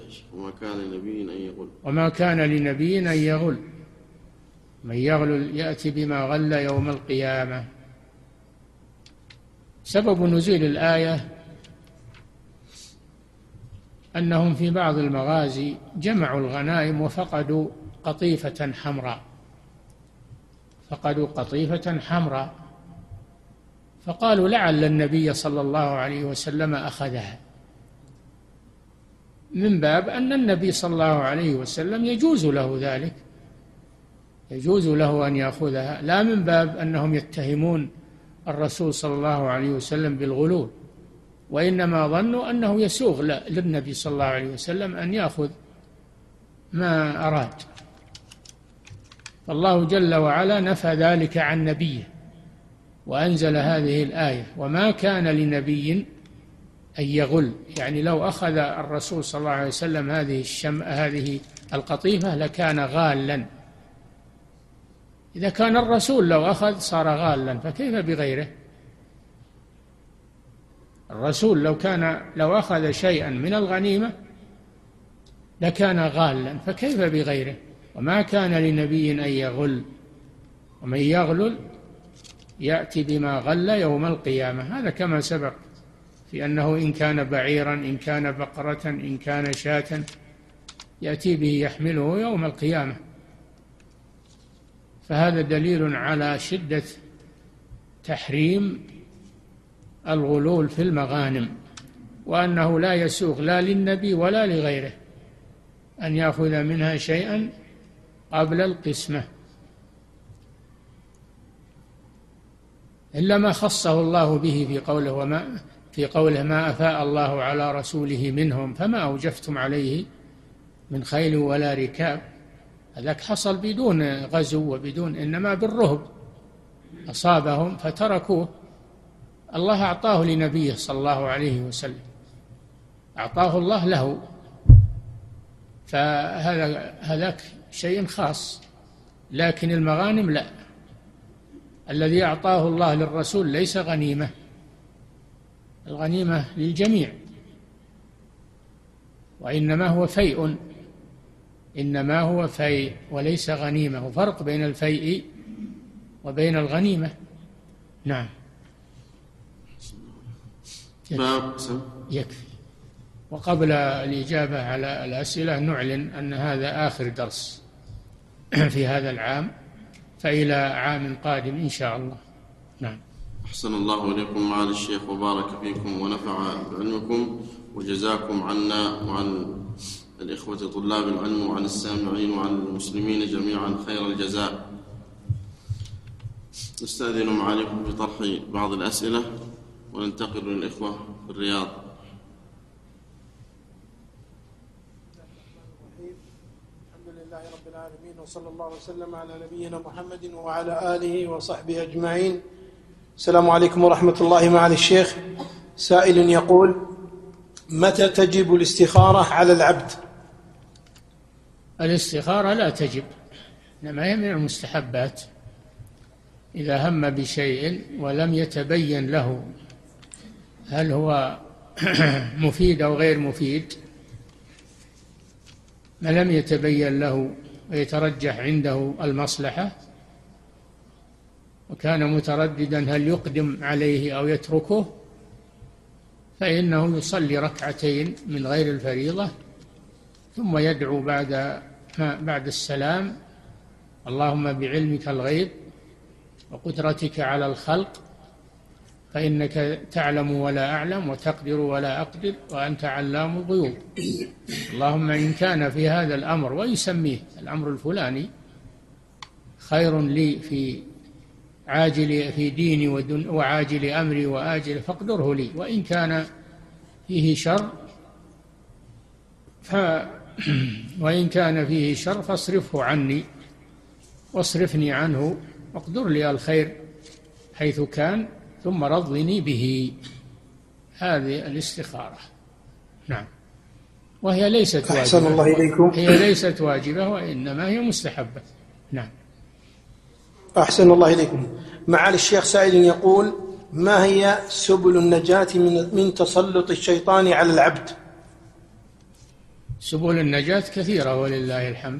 وما كان لنبي أن يغل، من يغل يأتي بما غل يوم القيامة. سبب نزول الآية أنهم في بعض المغازي جمعوا الغنائم وفقدوا قطيفة حمراء، فقالوا لعل النبي صلى الله عليه وسلم أخذها، من باب أن النبي صلى الله عليه وسلم يجوز له ذلك، يجوز له أن يأخذها، لا من باب أنهم يتهمون الرسول صلى الله عليه وسلم بالغلول، وإنما ظنوا أنه يسوغ للنبي صلى الله عليه وسلم أن يأخذ ما أراد. فالله جل وعلا نفى ذلك عن نبيه وأنزل هذه الآية: وما كان لنبي أن يغل، يعني لو أخذ الرسول صلى الله عليه وسلم هذه القطيفة لكان غالا. إذا كان الرسول لو أخذ صار غالا، فكيف بغيره؟ الرسول لو أخذ شيئا من الغنيمة لكان غالا، فكيف بغيره؟ وما كان لنبي أن يغل، ومن يغلل يأتي بما غل يوم القيامة. هذا كما سبق في أنه إن كان بعيرا، إن كان بقرة، إن كان شاة، يأتي به يحمله يوم القيامة. فهذا دليل على شدة تحريم الغلول في المغانم، وأنه لا يسوغ لا للنبي ولا لغيره أن يأخذ منها شيئا قبل القسمة، إلا ما خصه الله به في قوله ما أفاء الله على رسوله منهم فما أوجفتم عليه من خيل ولا ركاب. هذاك حصل بدون غزو وبدون، إنما بالرهب أصابهم فتركوه. الله أعطاه لنبيه صلى الله عليه وسلم، أعطاه الله له، فهذاك شيء خاص. لكن المغانم لا، الذي أعطاه الله للرسول ليس غنيمة، الغنيمة للجميع، وإنما هو فيء وليس غنيمة، وفرق بين الفيء وبين الغنيمة. نعم. يكفي. وقبل الإجابة على الأسئلة نعلن أن هذا آخر درس في هذا العام، فإلى عام قادم إن شاء الله. نعم. أحسن الله إليكم معالي الشيخ، وبارك فيكم ونفع بعلمكم، وجزاكم عنا وعن الإخوة طلاب العلم وعن السامعين وعن المسلمين جميعا خير الجزاء. نستأذن معاليكم بطرح بعض الأسئلة وننتقل للإخوة في الرياض. الحمد لله رب العالمين، وصلى الله وسلم على نبينا محمد وعلى آله وصحبه أجمعين. السلام عليكم ورحمة الله. معالي الشيخ، سائل يقول: متى تجب الاستخارة على العبد؟ الاستخارة لا تجب، إنما هي من المستحبات. إذا هم بشيء ولم يتبين له هل هو مفيد أو غير مفيد، ما لم يتبين له ويترجح عنده المصلحة وكان مترددا هل يقدم عليه أو يتركه، فإنه يصلي ركعتين من غير الفريضة ثم يدعو بعد السلام: اللهم بعلمك الغيب وقدرتك على الخلق فإنك تعلم ولا أعلم وتقدر ولا أقدر وأنت علام الغيوب. اللهم إن كان في هذا الأمر، ويسميه الأمر الفلاني، خير لي في ديني وعاجل أمري وآجل فاقدره لي، وإن كان فيه شر فاصرفه عني واصرفني عنه واقدر لي الخير حيث كان ثم رضني به. هذه الاستخارة. نعم. وهي ليست واجبة. أحسن الله إليكم. هي ليست واجبة وإنما هي مستحبة. نعم. أحسن الله إليكم. معالي الشيخ، سائل يقول: ما هي سبل النجاة من تسلط الشيطان على العبد؟ سبل النجاة كثيرة ولله الحمد،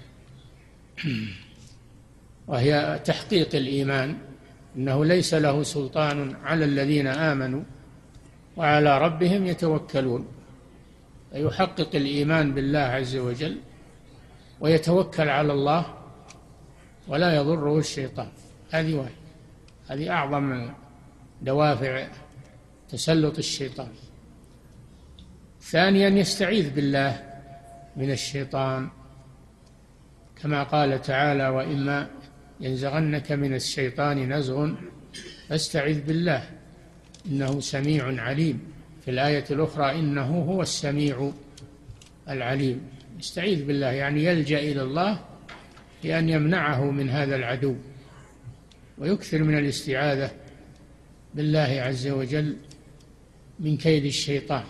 وهي تحقيق الإيمان، إنه ليس له سلطان على الذين آمنوا وعلى ربهم يتوكلون، فيحقق الإيمان بالله عز وجل ويتوكل على الله ولا يضره الشيطان. هذه واحد، هذه أعظم دوافع تسلط الشيطان. ثانيا يستعيذ بالله من الشيطان، كما قال تعالى: وإما ينزغنك من الشيطان نزغ فاستعذ بالله إنه سميع عليم. في الآية الأخرى: إنه هو السميع العليم. يستعيذ بالله يعني يلجأ إلى الله لأن يمنعه من هذا العدو، ويكثر من الاستعاذة بالله عز وجل من كيد الشيطان.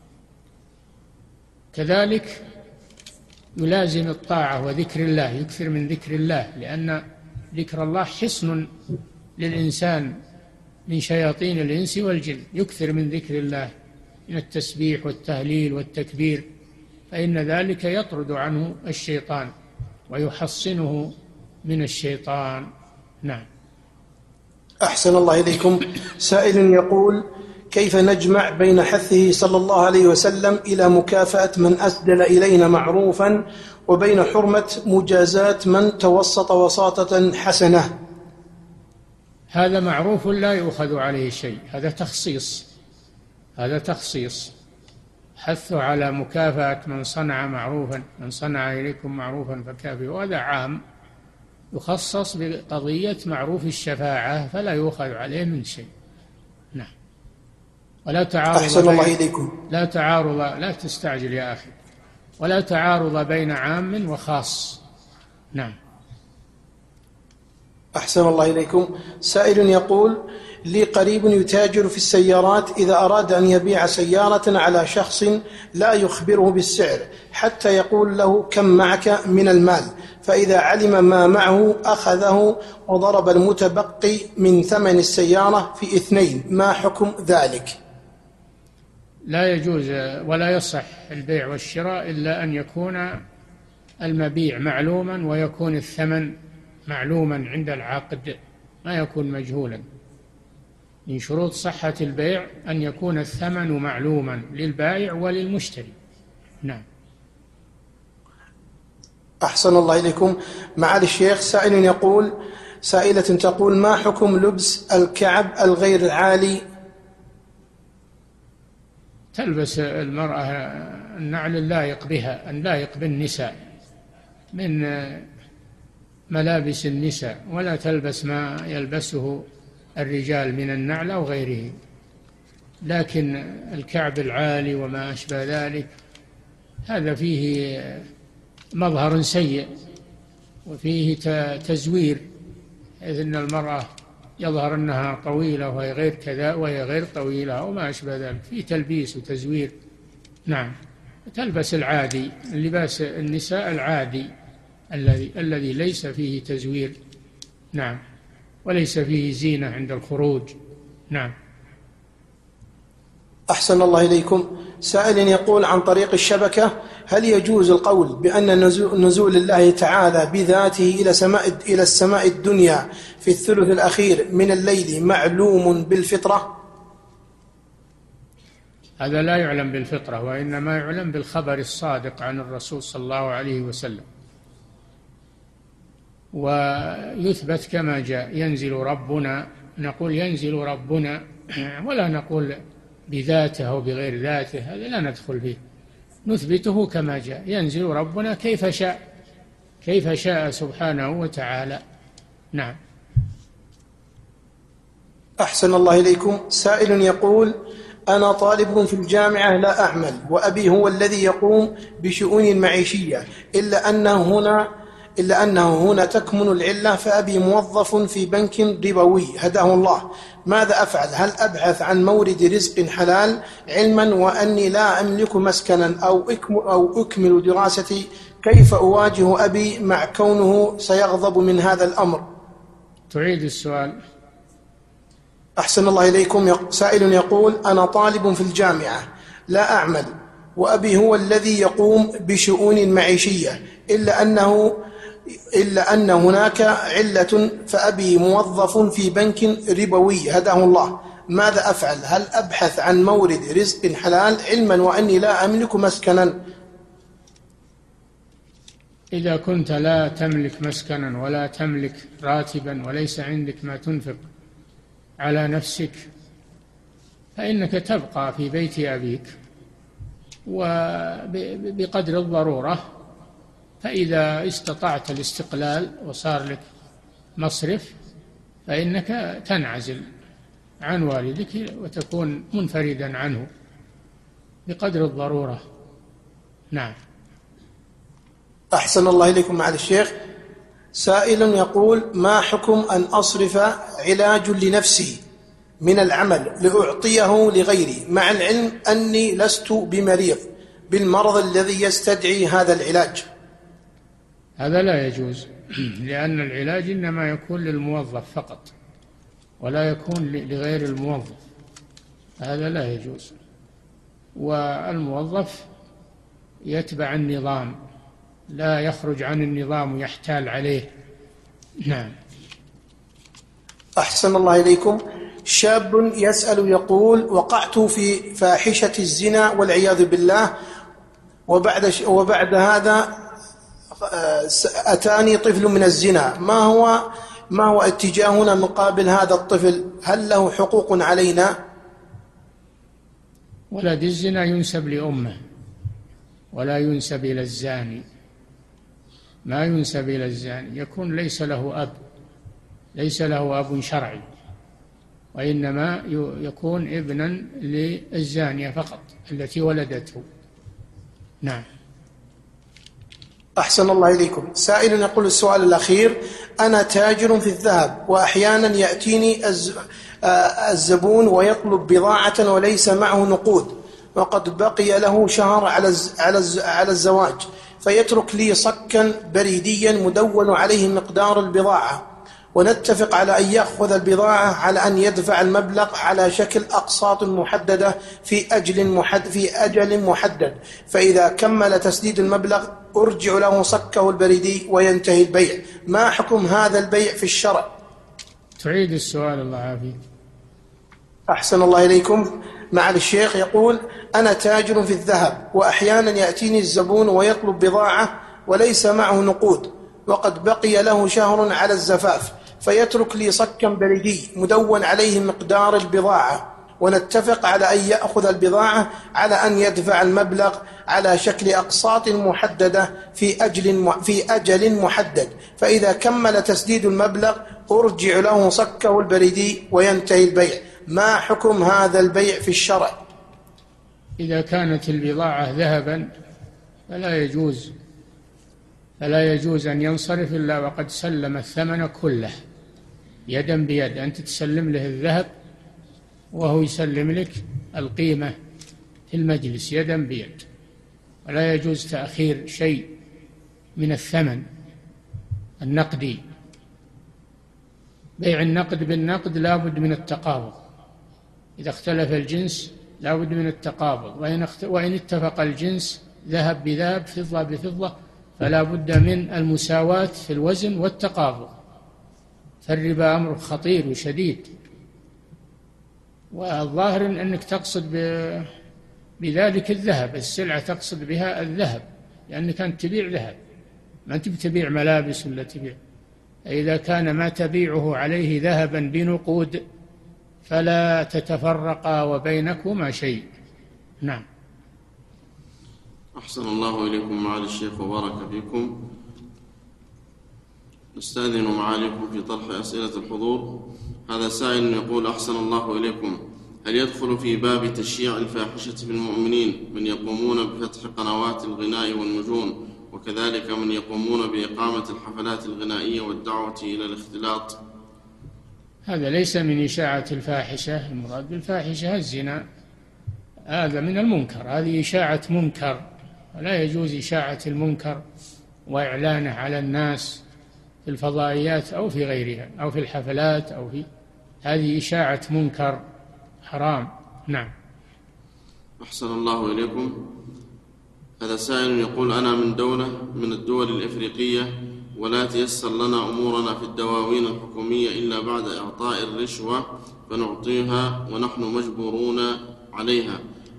كذلك يلازم الطاعة وذكر الله، يكثر من ذكر الله، لأن ذكر الله حصن للإنسان من شياطين الإنس والجن. يكثر من ذكر الله من التسبيح والتهليل والتكبير، فإن ذلك يطرد عنه الشيطان ويحصنه من الشيطان. نعم. أحسن الله إليكم. سائل يقول: كيف نجمع بين حثه صلى الله عليه وسلم إلى مكافأة من أسدل إلينا معروفا وبين حرمة مجازاة من توسط وساطة حسنة؟ هذا معروف لا يؤخذ عليه شيء، هذا تخصيص. حث على مكافأة من صنع معروفا، من صنع إليكم معروفا فكافئوه، هذا عام يخصص بقضية معروف الشفاعة، فلا يؤخذ عليه من شيء. نعم. ولا تعارض. أحسن الله إليكم. لا تستعجل يا أخي. ولا تعارض بين عام وخاص. نعم. أحسن الله إليكم. سائل يقول: لي قريب يتاجر في السيارات، إذا أراد أن يبيع سيارة على شخص لا يخبره بالسعر حتى يقول له كم معك من المال، فإذا علم ما معه أخذه وضرب المتبقي من ثمن السيارة في 2، ما حكم ذلك؟ لا يجوز ولا يصح البيع والشراء إلا أن يكون المبيع معلوما ويكون الثمن معلوما عند العقد، ما يكون مجهولا. من شروط صحة البيع أن يكون الثمن معلوما للبائع وللمشتري. نعم. أحسن الله إليكم. معالي الشيخ، سائلة تقول: ما حكم لبس الكعب الغير عالي؟ تلبس المرأة النعل اللائق بها، اللائق بالنساء من ملابس النساء، ولا تلبس ما يلبسه الرجال من النعل أو غيره. لكن الكعب العالي وما أشبه ذلك هذا فيه مظهر سيء وفيه تزوير، إذ أن المرأة يظهر أنها طويلة وهي غير كذا وهي غير طويلة وما أشبه ذلك، فيه تلبيس وتزوير. نعم، تلبس العادي، اللباس النساء العادي الذي ليس فيه تزوير. نعم، وليس فيه زينة عند الخروج. نعم. أحسن الله إليكم. سائل يقول عن طريق الشبكة: هل يجوز القول بأن نزول الله تعالى بذاته إلى السماء الدنيا في الثلث الأخير من الليل معلوم بالفطرة؟ هذا لا يعلم بالفطرة، وإنما يعلم بالخبر الصادق عن الرسول صلى الله عليه وسلم، ويثبت كما جاء: ينزل ربنا، نقول ينزل ربنا، ولا نقول بذاته أو بغير ذاته، هذا لا ندخل فيه، نثبته كما جاء: ينزل ربنا كيف شاء سبحانه وتعالى. نعم. أحسن الله إليكم. سائل يقول: أنا طالب في الجامعة لا أعمل، وأبي هو الذي يقوم بشؤون المعيشية، إلا أنه هنا تكمن العلة، فأبي موظف في بنك ربوي هداه الله، ماذا أفعل؟ هل أبحث عن مورد رزق حلال علما وأني لا أملك مسكنا أو أكمل دراستي؟ كيف أواجه أبي مع كونه سيغضب من هذا الأمر؟ تعيد السؤال. أحسن الله إليكم. سائل يقول: أنا طالب في الجامعة لا أعمل، وأبي هو الذي يقوم بشؤون المعيشية، إلا أن هناك علة، فأبي موظف في بنك ربوي هداه الله، ماذا أفعل؟ هل أبحث عن مورد رزق حلال علما وأني لا أملك مسكنا؟ إذا كنت لا تملك مسكنا ولا تملك راتبا وليس عندك ما تنفق على نفسك، فإنك تبقى في بيت أبيك وبقدر الضرورة، فإذا استطعت الاستقلال وصار لك مصرف فإنك تنعزل عن والدك وتكون منفردا عنه بقدر الضرورة. نعم. أحسن الله إليكم معالي الشيخ. سائل يقول: ما حكم أن أصرف علاج لنفسي من العمل لأعطيه لغيري، مع العلم أني لست بمريض بالمرض الذي يستدعي هذا العلاج؟ هذا لا يجوز، لأن العلاج إنما يكون للموظف فقط ولا يكون لغير الموظف، هذا لا يجوز. والموظف يتبع النظام، لا يخرج عن النظام ويحتال عليه. نعم. أحسن الله إليكم. شاب يسأل يقول: وقعت في فاحشة الزنا والعياذ بالله، وبعد هذا أتاني طفل من الزنا، ما هو اتجاهنا مقابل هذا الطفل؟ هل له حقوق علينا؟ ولد الزنا ينسب لأمه ولا ينسب إلى الزاني، ما ينسب إلى الزاني، يكون ليس له أب شرعي، وإنما يكون ابنا للزانية فقط التي ولدته. نعم. أحسن الله إليكم. سائل يقول السؤال الأخير: أنا تاجر في الذهب، وأحيانا يأتيني الزبون ويطلب بضاعة وليس معه نقود، وقد بقي له شهر على الزواج، فيترك لي صكا بريديا مدون عليه مقدار البضاعة، ونتفق على أن يأخذ البضاعة على أن يدفع المبلغ على شكل أقساط محددة في أجل محدد، فإذا كمل تسديد المبلغ أرجع له صكه البريدي وينتهي البيع. ما حكم هذا البيع في الشرع؟ تعيد السؤال الله عافيك. أحسن الله إليكم. معالي الشيخ يقول: أنا تاجر في الذهب، وأحيانا يأتيني الزبون ويطلب بضاعة وليس معه نقود، وقد بقي له شهر على الزفاف، فيترك لي صكا بريدي مدون عليه مقدار البضاعة، ونتفق على أن يأخذ البضاعة على أن يدفع المبلغ على شكل أقساط محددة في أجل محدد، فإذا كمل تسديد المبلغ أرجع له صكه البريدي وينتهي البيع. ما حكم هذا البيع في الشرع؟ إذا كانت البضاعة ذهبا فلا يجوز أن ينصرف إلا وقد سلم الثمن كله يدا بيد، أنت تسلم له الذهب وهو يسلم لك القيمة في المجلس يدا بيد، ولا يجوز تأخير شيء من الثمن النقدي. بيع النقد بالنقد لا بد من التقابض، إذا اختلف الجنس لا بد من التقابض، وإن اتفق الجنس ذهب بذهب فضة بفضة فلا بد من المساواة في الوزن والتقابض، فالربا أمر خطير وشديد. والظاهر أنك تقصد بذلك الذهب، السلعة تقصد بها الذهب، لأنك أنت تبيع ذهب، ما أنت بتبيع ملابس ولا تبيع. إذا كان ما تبيعه عليه ذهبا بنقود فلا تتفرقا وبينكما شيء. نعم. أحسن الله إليكم معالي الشيخ وبارك فيكم. نستأذن معاليكم في طرح أسئلة الحضور. هذا سائل يقول: أحسن الله إليكم، هل يدخل في باب تشييع الفاحشة في المؤمنين من يقومون بفتح قنوات الغناء والنجوم، وكذلك من يقومون بإقامة الحفلات الغنائية والدعوة إلى الاختلاط؟ هذا ليس من إشاعة الفاحشة، المراد بالفاحشة الزنا، هذا من المنكر، هذه إشاعة منكر، ولا يجوز إشاعة المنكر وإعلانه على الناس في الفضائيات أو في غيرها أو في الحفلات هذه إشاعة منكر حرام. نعم. أحسن الله إليكم. هذا سائل يقول: أنا من دولة من الدول الإفريقية ولا تيسر لنا أمورنا في الدواوين الحكومية إلا بعد إعطاء الرشوة فنعطيها ونحن مجبورون عليها.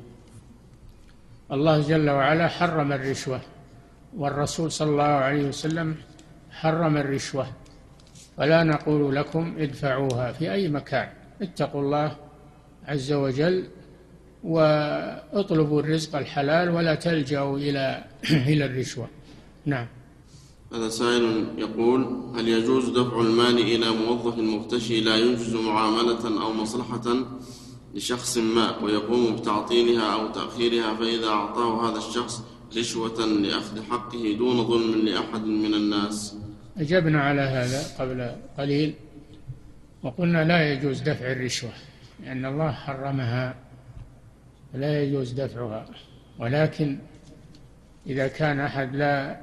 الله جل وعلا حرم الرشوة، والرسول صلى الله عليه وسلم حرم الرشوة، ولا نقول لكم ادفعوها في أي مكان، اتقوا الله عز وجل واطلبوا الرزق الحلال ولا تلجأوا إلى الرشوة. نعم. هذا سائل يقول: هل يجوز دفع المال إلى موظف مرتشي لا ينجز معاملة أو مصلحة لشخص ما ويقوم بتعطيلها أو تأخيرها، فإذا أعطاه هذا الشخص رشوة لأخذ حقه دون ظلم لأحد من الناس؟ أجبنا على هذا قبل قليل وقلنا لا يجوز دفع الرشوة لأن الله حرمها، لا يجوز دفعها، ولكن إذا كان أحد لا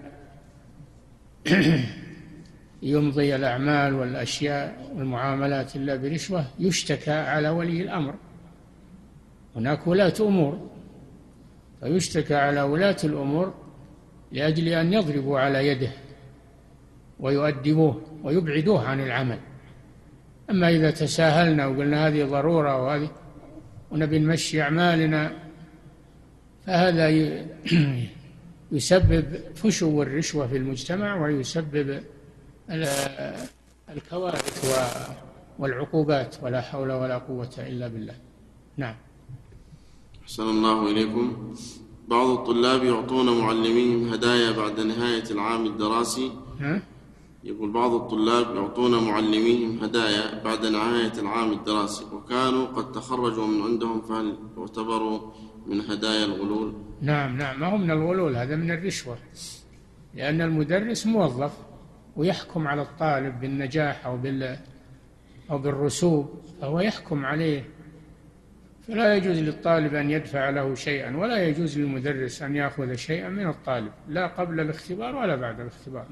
يمضي الأعمال والأشياء والمعاملات إلا برشوة يشتكى على ولي الأمر. هناك ولاة أمور فيشتكى على ولاة الأمور لأجل أن يضربوا على يده ويؤدبوه ويبعدوه عن العمل. أما إذا تساهلنا وقلنا هذه ضرورة وهذه ونبي نمشي أعمالنا فهذا يسبب فشو الرشوة في المجتمع ويسبب الكوارث والعقوبات، ولا حول ولا قوة إلا بالله. نعم. أحسن الله إليكم. بعض الطلاب يعطون معلميهم هدايا بعد نهاية العام الدراسي. يقول بعض الطلاب يعطون معلميهم هدايا بعد نهاية العام الدراسي وكانوا قد تخرجوا من عندهم، فهل يعتبروا من هدايا الغلول؟ نعم، ما هو من الغلول، هذا من الرشوة، لأن المدرس موظف ويحكم على الطالب بالنجاح أو بالرسوب، فهو يحكم عليه، فلا يجوز للطالب أن يدفع له شيئا، ولا يجوز للمدرس أن يأخذ شيئا من الطالب لا قبل الاختبار ولا بعد الاختبار،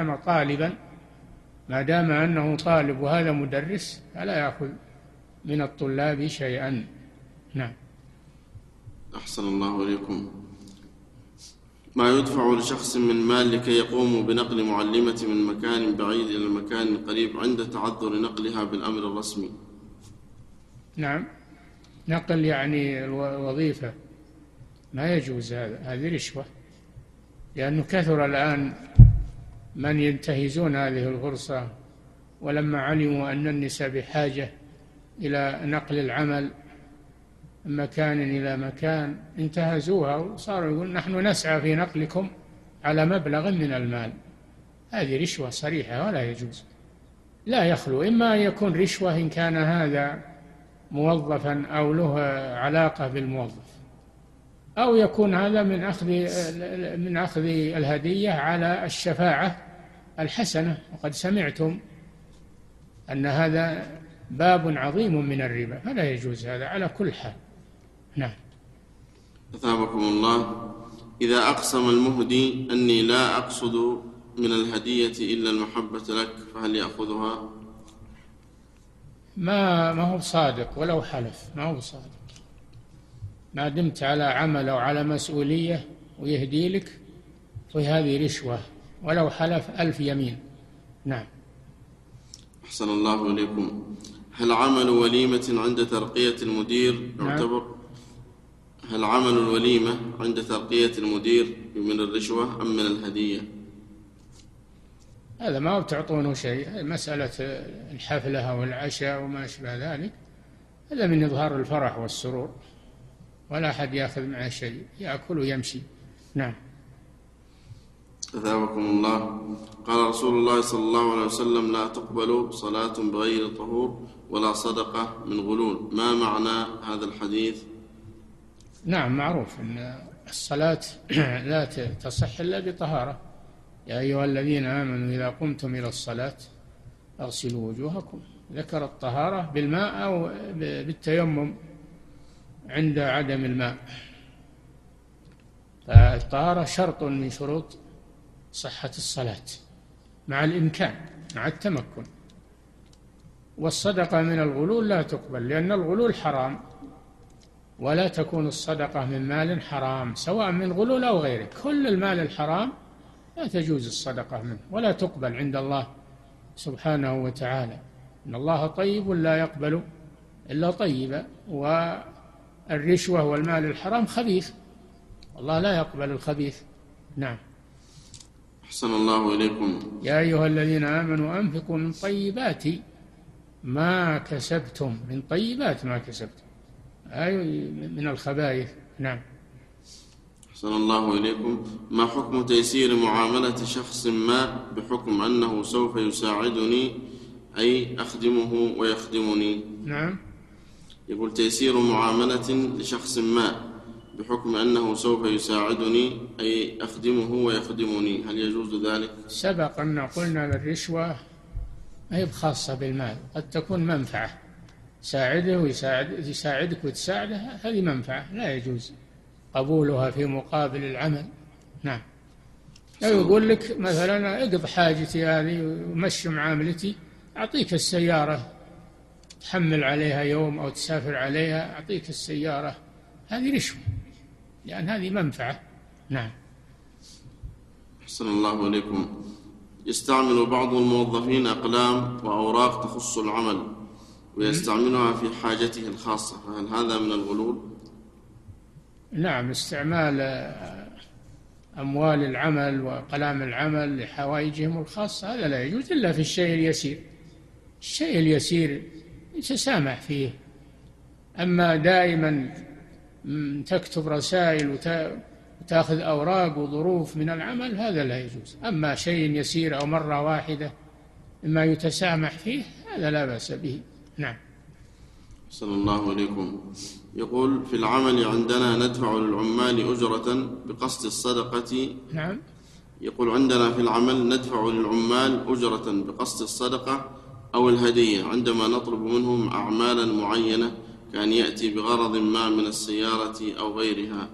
ما دام أنه طالب وهذا مدرس فلا يأخذ من الطلاب شيئا. نعم. أحسن الله إليكم. ما يدفع لشخص من مال لكي يقوموا بنقل معلمة من مكان بعيد إلى مكان قريب عند تعذر نقلها بالأمر الرسمي؟ نعم، نقل يعني الوظيفة ما يجوز، هذه رشوة، لأنه كثر الآن من ينتهزون هذه الفرصة، ولما علموا أن النساء بحاجة إلى نقل العمل من مكان إلى مكان انتهزوها وصاروا يقول نحن نسعى في نقلكم على مبلغ من المال. هذه رشوة صريحة ولا يجوز. لا يخلو إما أن يكون رشوة إن كان هذا موظفا أو له علاقة بالموظف، أو يكون هذا من أخذ الهدية على الشفاعة الحسنة، وقد سمعتم أن هذا باب عظيم من الربا، فلا يجوز هذا على كل حال. نعم. أثابكم الله. إذا أقسم المهدي أني لا أقصد من الهدية إلا المحبة لك، فهل يأخذها؟ ما هو صادق ولو حلف، ما هو صادق. ما دمت على عمل أو على مسؤولية ويهدي لك فهذه رشوة ولو حلف 1000 يمين. نعم. أحسن الله إليكم. هل عمل وليمة عند ترقية المدير يعتبر؟ هل عمل الوليمة عند ترقية المدير من الرشوة أم من الهدية؟ هذا ما بتعطونه شيء، مسألة الحفلة والعشاء وما أشبه ذلك، هذا من إظهار الفرح والسرور، ولا أحد يأخذ معه شيء، يأكل ويمشي. نعم. أثابكم الله. قال رسول الله صلى الله عليه وسلم: لا تقبل صلاة بغير طهور ولا صدقة من غلول. ما معنى هذا الحديث؟ نعم، معروف أن الصلاة لا تصح إلا بطهارة. يا أيها الذين آمنوا إذا قمتم إلى الصلاة اغسلوا وجوهكم. ذكر الطهارة بالماء أو بالتيمم عند عدم الماء، فالطهارة شرط من شروط صحة الصلاة مع الإمكان، مع التمكن. والصدقة من الغلول لا تقبل، لأن الغلول حرام، ولا تكون الصدقة من مال حرام سواء من غلول أو غيره. كل المال الحرام لا تجوز الصدقة منه ولا تقبل عند الله سبحانه وتعالى. إن الله طيب لا يقبل إلا طيبا، والرشوة والمال الحرام خبيث، الله لا يقبل الخبيث. نعم. أحسن الله إليكم. يا أيها الذين آمنوا أنفقوا من طيبات ما كسبتم، من طيبات ما كسبتم، أي من الخبائث. نعم. أحسن الله إليكم. ما حكم تيسير معاملة شخص ما بحكم أنه سوف يساعدني، أي أخدمه ويخدمني؟ نعم. يقول: تيسير معاملة لشخص ما بحكم أنه سوف يساعدني، أي أخدمه ويخدمني، هل يجوز ذلك؟ سبق أن قلنا بالرشوة ما هي خاصة بالمال، قد تكون منفعة، ساعده ويساعدك وتساعده، هذه منفعة لا يجوز قبولها في مقابل العمل. نعم. لو يقول لك مثلا اقض حاجتي هذه ومشي معاملتي، أعطيك السيارة تحمل عليها يوم أو تسافر عليها، أعطيك السيارة، هذه رشوة لأن هذه منفعة. نعم. أحسن الله إليكم. يستعمل بعض الموظفين أقلام وأوراق تخص العمل ويستعملها في حاجته الخاصة، فهل هذا من الغلول؟ نعم. استعمال أموال العمل وقلام العمل لحوائجهم الخاصة هذا لا يجوز إلا في الشيء اليسير. الشيء اليسير يتسامح فيه، أما دائما تكتب رسائل وتأخذ أوراق وظروف من العمل هذا لا يجوز. أما شيء يسير أو مرة واحدة مما يتسامح فيه هذا لا بأس به. نعم. صلى الله عليكم. يقول: في العمل عندنا ندفع للعمال أجرة بقصد الصدقة. نعم. يقول: عندنا في العمل ندفع للعمال أجرة بقصد الصدقة أو الهدية عندما نطلب منهم أعمالا معينة، كان يأتي بغرض ما من السيارة أو غيرها.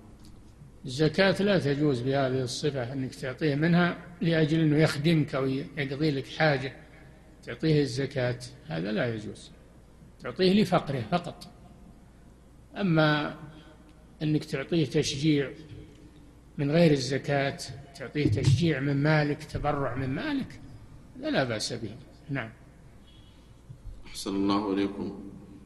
الزكاة لا تجوز بهذه الصفة، أنك تعطيه منها لأجل أنه يخدمك أو يقضي لك حاجة، تعطيه الزكاة، هذا لا يجوز، تعطيه لفقره فقط. أما أنك تعطيه تشجيع من غير الزكاة، تعطيه تشجيع من مالك، تبرع من مالك، لا بأس به. نعم. أحسن الله إليكم.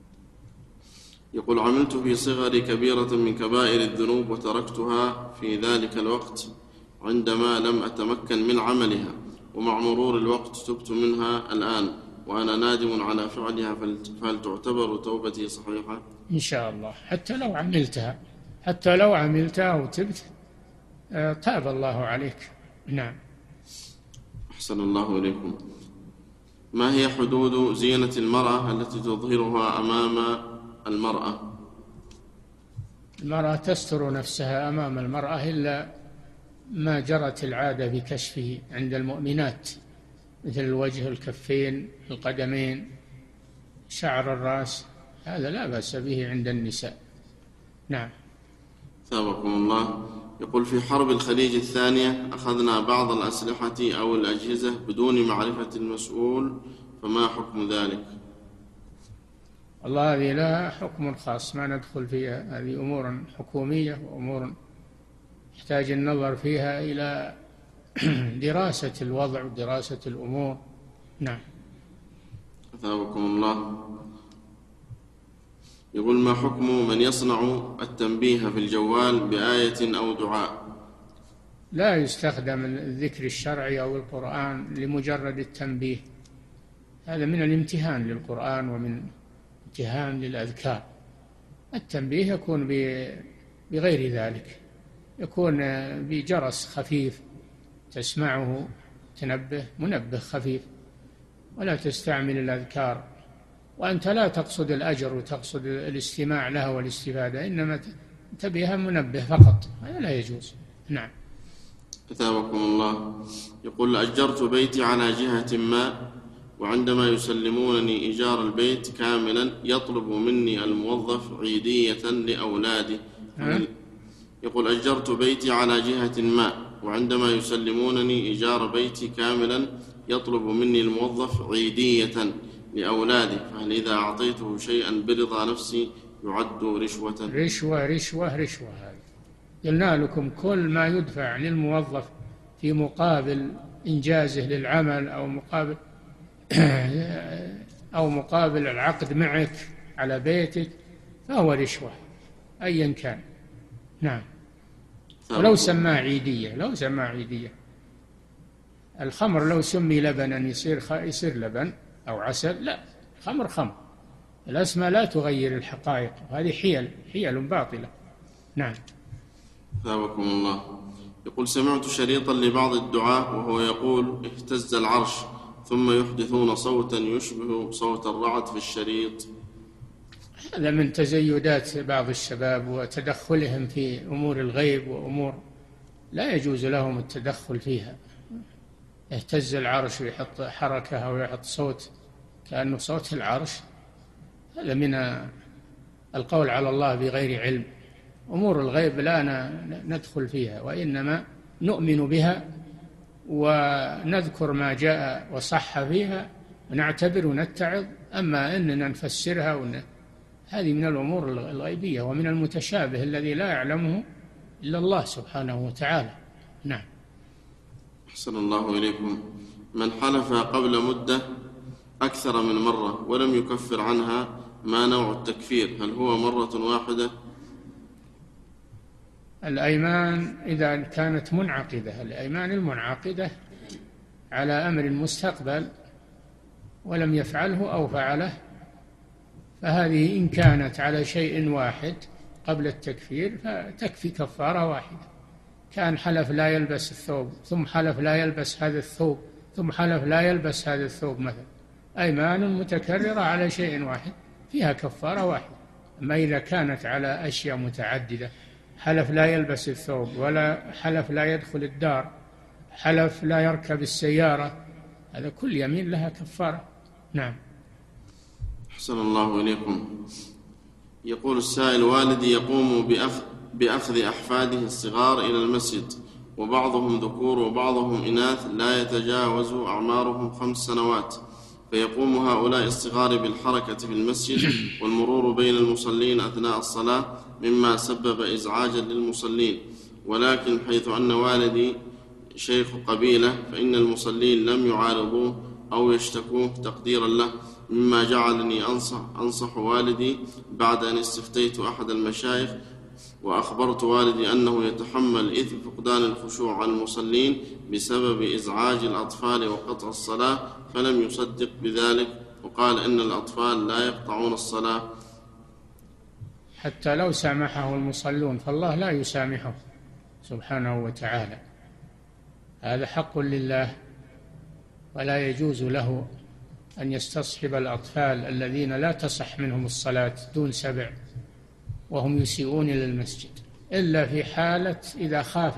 يقول: عملت في صغري كبيرة من كبائر الذنوب وتركتها في ذلك الوقت عندما لم أتمكن من عملها، ومع مرور الوقت تبت منها الآن وأنا نادم على فعلها فهل تعتبر توبتي صحيحة؟ إن شاء الله، حتى لو عملتها وتبت تاب الله عليك. نعم. أحسن الله إليكم. ما هي حدود زينة المرأة التي تظهرها أمام المرأة؟ المرأة تستر نفسها أمام المرأة إلا ما جرت العادة بكشفه عند المؤمنات، مثل الوجه، الكفين، القدمين، شعر الرأس، هذا لا بأس به عند النساء. نعم. ثابكم الله. يقول: في حرب الخليج الثانية أخذنا بعض الأسلحة أو الأجهزة بدون معرفة المسؤول، فما حكم ذلك؟ والله هذه لها حكم خاص ما ندخل فيها، هذه أمور حكومية وأمور يحتاج النظر فيها إلى دراسة الوضع ودراسة الأمور. نعم. أثابكم الله. يقول: ما حكم من يصنع التنبيه في الجوال بآية أو دعاء؟ لا يستخدم الذكر الشرعي أو القرآن لمجرد التنبيه، هذا من الامتهان للقرآن ومن امتهان للأذكار. التنبيه يكون بغير ذلك، يكون بجرس خفيف تسمعه، منبه خفيف، ولا تستعمل الأذكار، وأنت لا تقصد الأجر وتقصد الاستماع لها والاستفادة، إنما تبيها منبه فقط، هذا لا يجوز. نعم. أثابكم الله. يقول: أجرت بيتي على جهة ما، وعندما يسلمونني إيجار البيت كاملا يطلب مني الموظف عيدية لأولادي. يقول: أجرت بيتي على جهة ما، وعندما يسلمونني إيجار بيتي كاملا يطلب مني الموظف عيدية لأولادي، فهل إذا أعطيته شيئا برضا نفسي يعد رشوة؟ رشوة هذا. قلنا لكم كل ما يدفع للموظف في مقابل إنجازه للعمل أو مقابل العقد معك على بيتك فهو رشوة أيا كان. نعم. ولو سماه عيدية، الخمر لو سمي لبنا يصير لبن أو عسل، لا، خمر. الأسماء لا تغير الحقائق، هذه حيل باطلة. نعم. ثابكم الله. يقول: سمعت شريطا لبعض الدعاة وهو يقول: اهتز العرش، ثم يحدثون صوتا يشبه صوت الرعد في الشريط. هذا من تزيدات بعض الشباب وتدخلهم في أمور الغيب وأمور لا يجوز لهم التدخل فيها. يهتز العرش ويحط حركة أو يحط صوت كأنه صوت العرش، هذا من القول على الله بغير علم. أمور الغيب لا ندخل فيها، وإنما نؤمن بها ونذكر ما جاء وصح فيها ونعتبر ونتعظ. أما أننا نفسرها هذه من الأمور الغيبية ومن المتشابه الذي لا يعلمه إلا الله سبحانه وتعالى. نعم. أحسن الله إليكم. من حلف قبل مدة أكثر من مرة ولم يكفر عنها، ما نوع التكفير؟ هل هو مرة واحدة؟ الأيمان إذا كانت منعقدة، الأيمان المنعقدة على أمر مستقبل ولم يفعله أو فعله، فهذه إن كانت على شيء واحد قبل التكفير فتكفي كفارة واحدة. كان حلف لا يلبس الثوب، ثم حلف لا يلبس هذا الثوب، ثم حلف لا يلبس هذا الثوب مثلا، أيمان متكررة على شيء واحد فيها كفارة واحدة. أما إذا كانت على أشياء متعددة، حلف لا يلبس الثوب، ولا حلف لا يدخل الدار، حلف لا يركب السيارة، هذا كل يمين لها كفارة. نعم. أحسن الله إليكم. يقول السائل: والدي يقوم بأخذ أحفاده الصغار إلى المسجد، وبعضهم ذكور وبعضهم إناث لا يتجاوز أعمارهم 5 سنوات، فيقوم هؤلاء الصغار بالحركة في المسجد والمرور بين المصلين أثناء الصلاة، مما سبب إزعاجا للمصلين، ولكن حيث أن والدي شيخ قبيلة فإن المصلين لم يعارضوه أو يشتكوه تقديرا له، مما جعلني أنصح والدي بعد أن استفتيت أحد المشايخ وأخبرت والدي أنه يتحمل إثم فقدان الخشوع على المصلين بسبب إزعاج الأطفال وقطع الصلاة، فلم يصدق بذلك وقال إن الأطفال لا يقطعون الصلاة. حتى لو سامحه المصلون فالله لا يسامحه سبحانه وتعالى، هذا حق لله، ولا يجوز له أن يستصحب الأطفال الذين لا تصح منهم الصلاة دون 7 وهم يسيئون إلى المسجد، إلا في حالة إذا خاف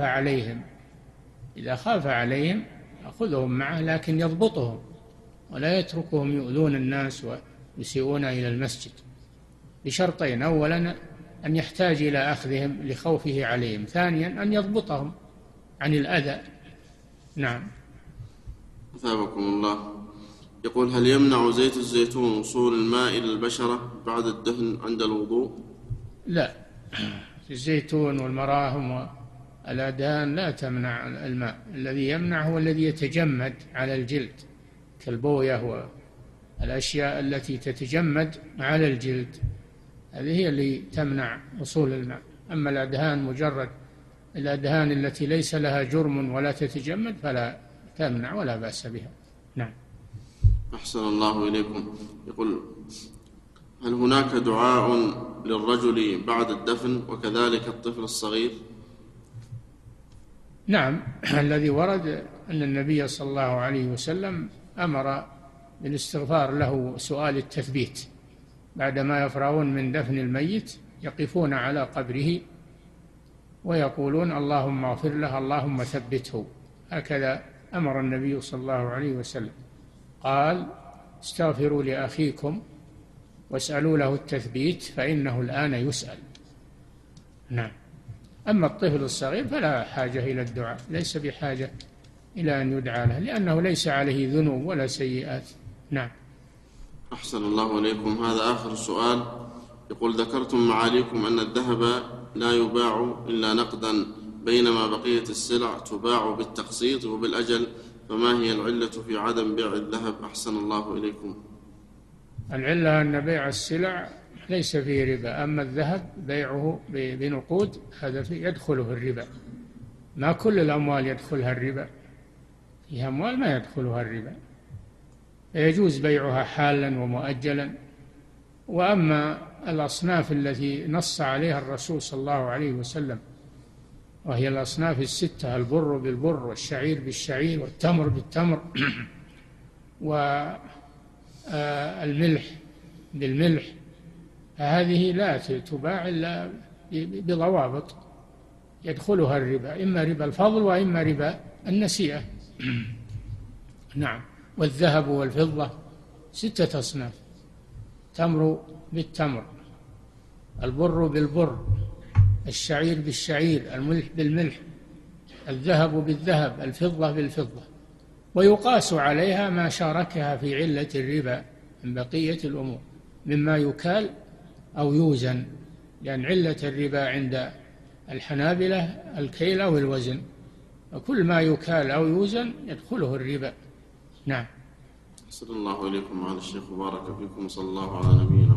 عليهم يأخذهم معه، لكن يضبطهم ولا يتركهم يؤذون الناس ويسيئون إلى المسجد، بشرطين: أولا أن يحتاج إلى أخذهم لخوفه عليهم، ثانيا أن يضبطهم عن الأذى. نعم. أثابكم الله. يقول: هل يمنع زيت الزيتون وصول الماء إلى البشرة بعد الدهن عند الوضوء؟ لا، الزيتون والمراهم والأدهان لا تمنع الماء، الذي يمنع هو الذي يتجمد على الجلد كالبوية والأشياء التي تتجمد على الجلد، هذه هي اللي تمنع وصول الماء. أما الأدهان مجرد الأدهان التي ليس لها جرم ولا تتجمد فلا تمنع ولا بأس بها. نعم. أحسن الله إليكم. يقول: هل هناك دعاء للرجل بعد الدفن وكذلك الطفل الصغير؟ نعم، الذي ورد أن النبي صلى الله عليه وسلم أمر بالاستغفار له، سؤال التثبيت بعدما يفرغون من دفن الميت يقفون على قبره ويقولون: اللهم اغفر له، اللهم ثبته. هكذا أمر النبي صلى الله عليه وسلم، قال: استغفروا لأخيكم واسألوا له التثبيت فإنه الآن يسأل. نعم. أما الطفل الصغير فلا حاجة إلى الدعاء، ليس بحاجة إلى أن يدعى له، لأنه ليس عليه ذنوب ولا سيئات. نعم. أحسن الله إليكم. هذا آخر السؤال. يقول: ذكرتم معاليكم أن الذهب لا يباع إلا نقدا، بينما بقية السلع تباع بالتقسيط وبالأجل، فما هي العلة في عدم بيع الذهب؟ أحسن الله إليكم. العلة أن بيع السلع ليس فيه ربا، أما الذهب بيعه بنقود هذا يدخله الربا. ما كل الأموال يدخلها الربا، فيها أموال ما يدخلها الربا، فيجوز بيعها حالا ومؤجلا. وأما الأصناف التي نص عليها الرسول صلى الله عليه وسلم، وهي الأصناف 6: البر بالبر والشعير بالشعير والتمر بالتمر والملح بالملح، هذه لا تباع إلا بضوابط يدخلها الربا، إما ربا الفضل وإما ربا النسيئة. نعم. والذهب والفضة 6 أصناف: تمر بالتمر، البر بالبر، الشعير بالشعير، الملح بالملح، الذهب بالذهب، الفضة بالفضة. ويقاس عليها ما شاركها في علة الربا من بقية الأمور مما يكال أو يوزن، لأن علة الربا عند الحنابلة الكيل أو الوزن، وكل ما يكال أو يوزن يدخله الربا. نعم. أحسن الله إليكم معالي الشيخ وبارك فيكم، صلى الله على نبينا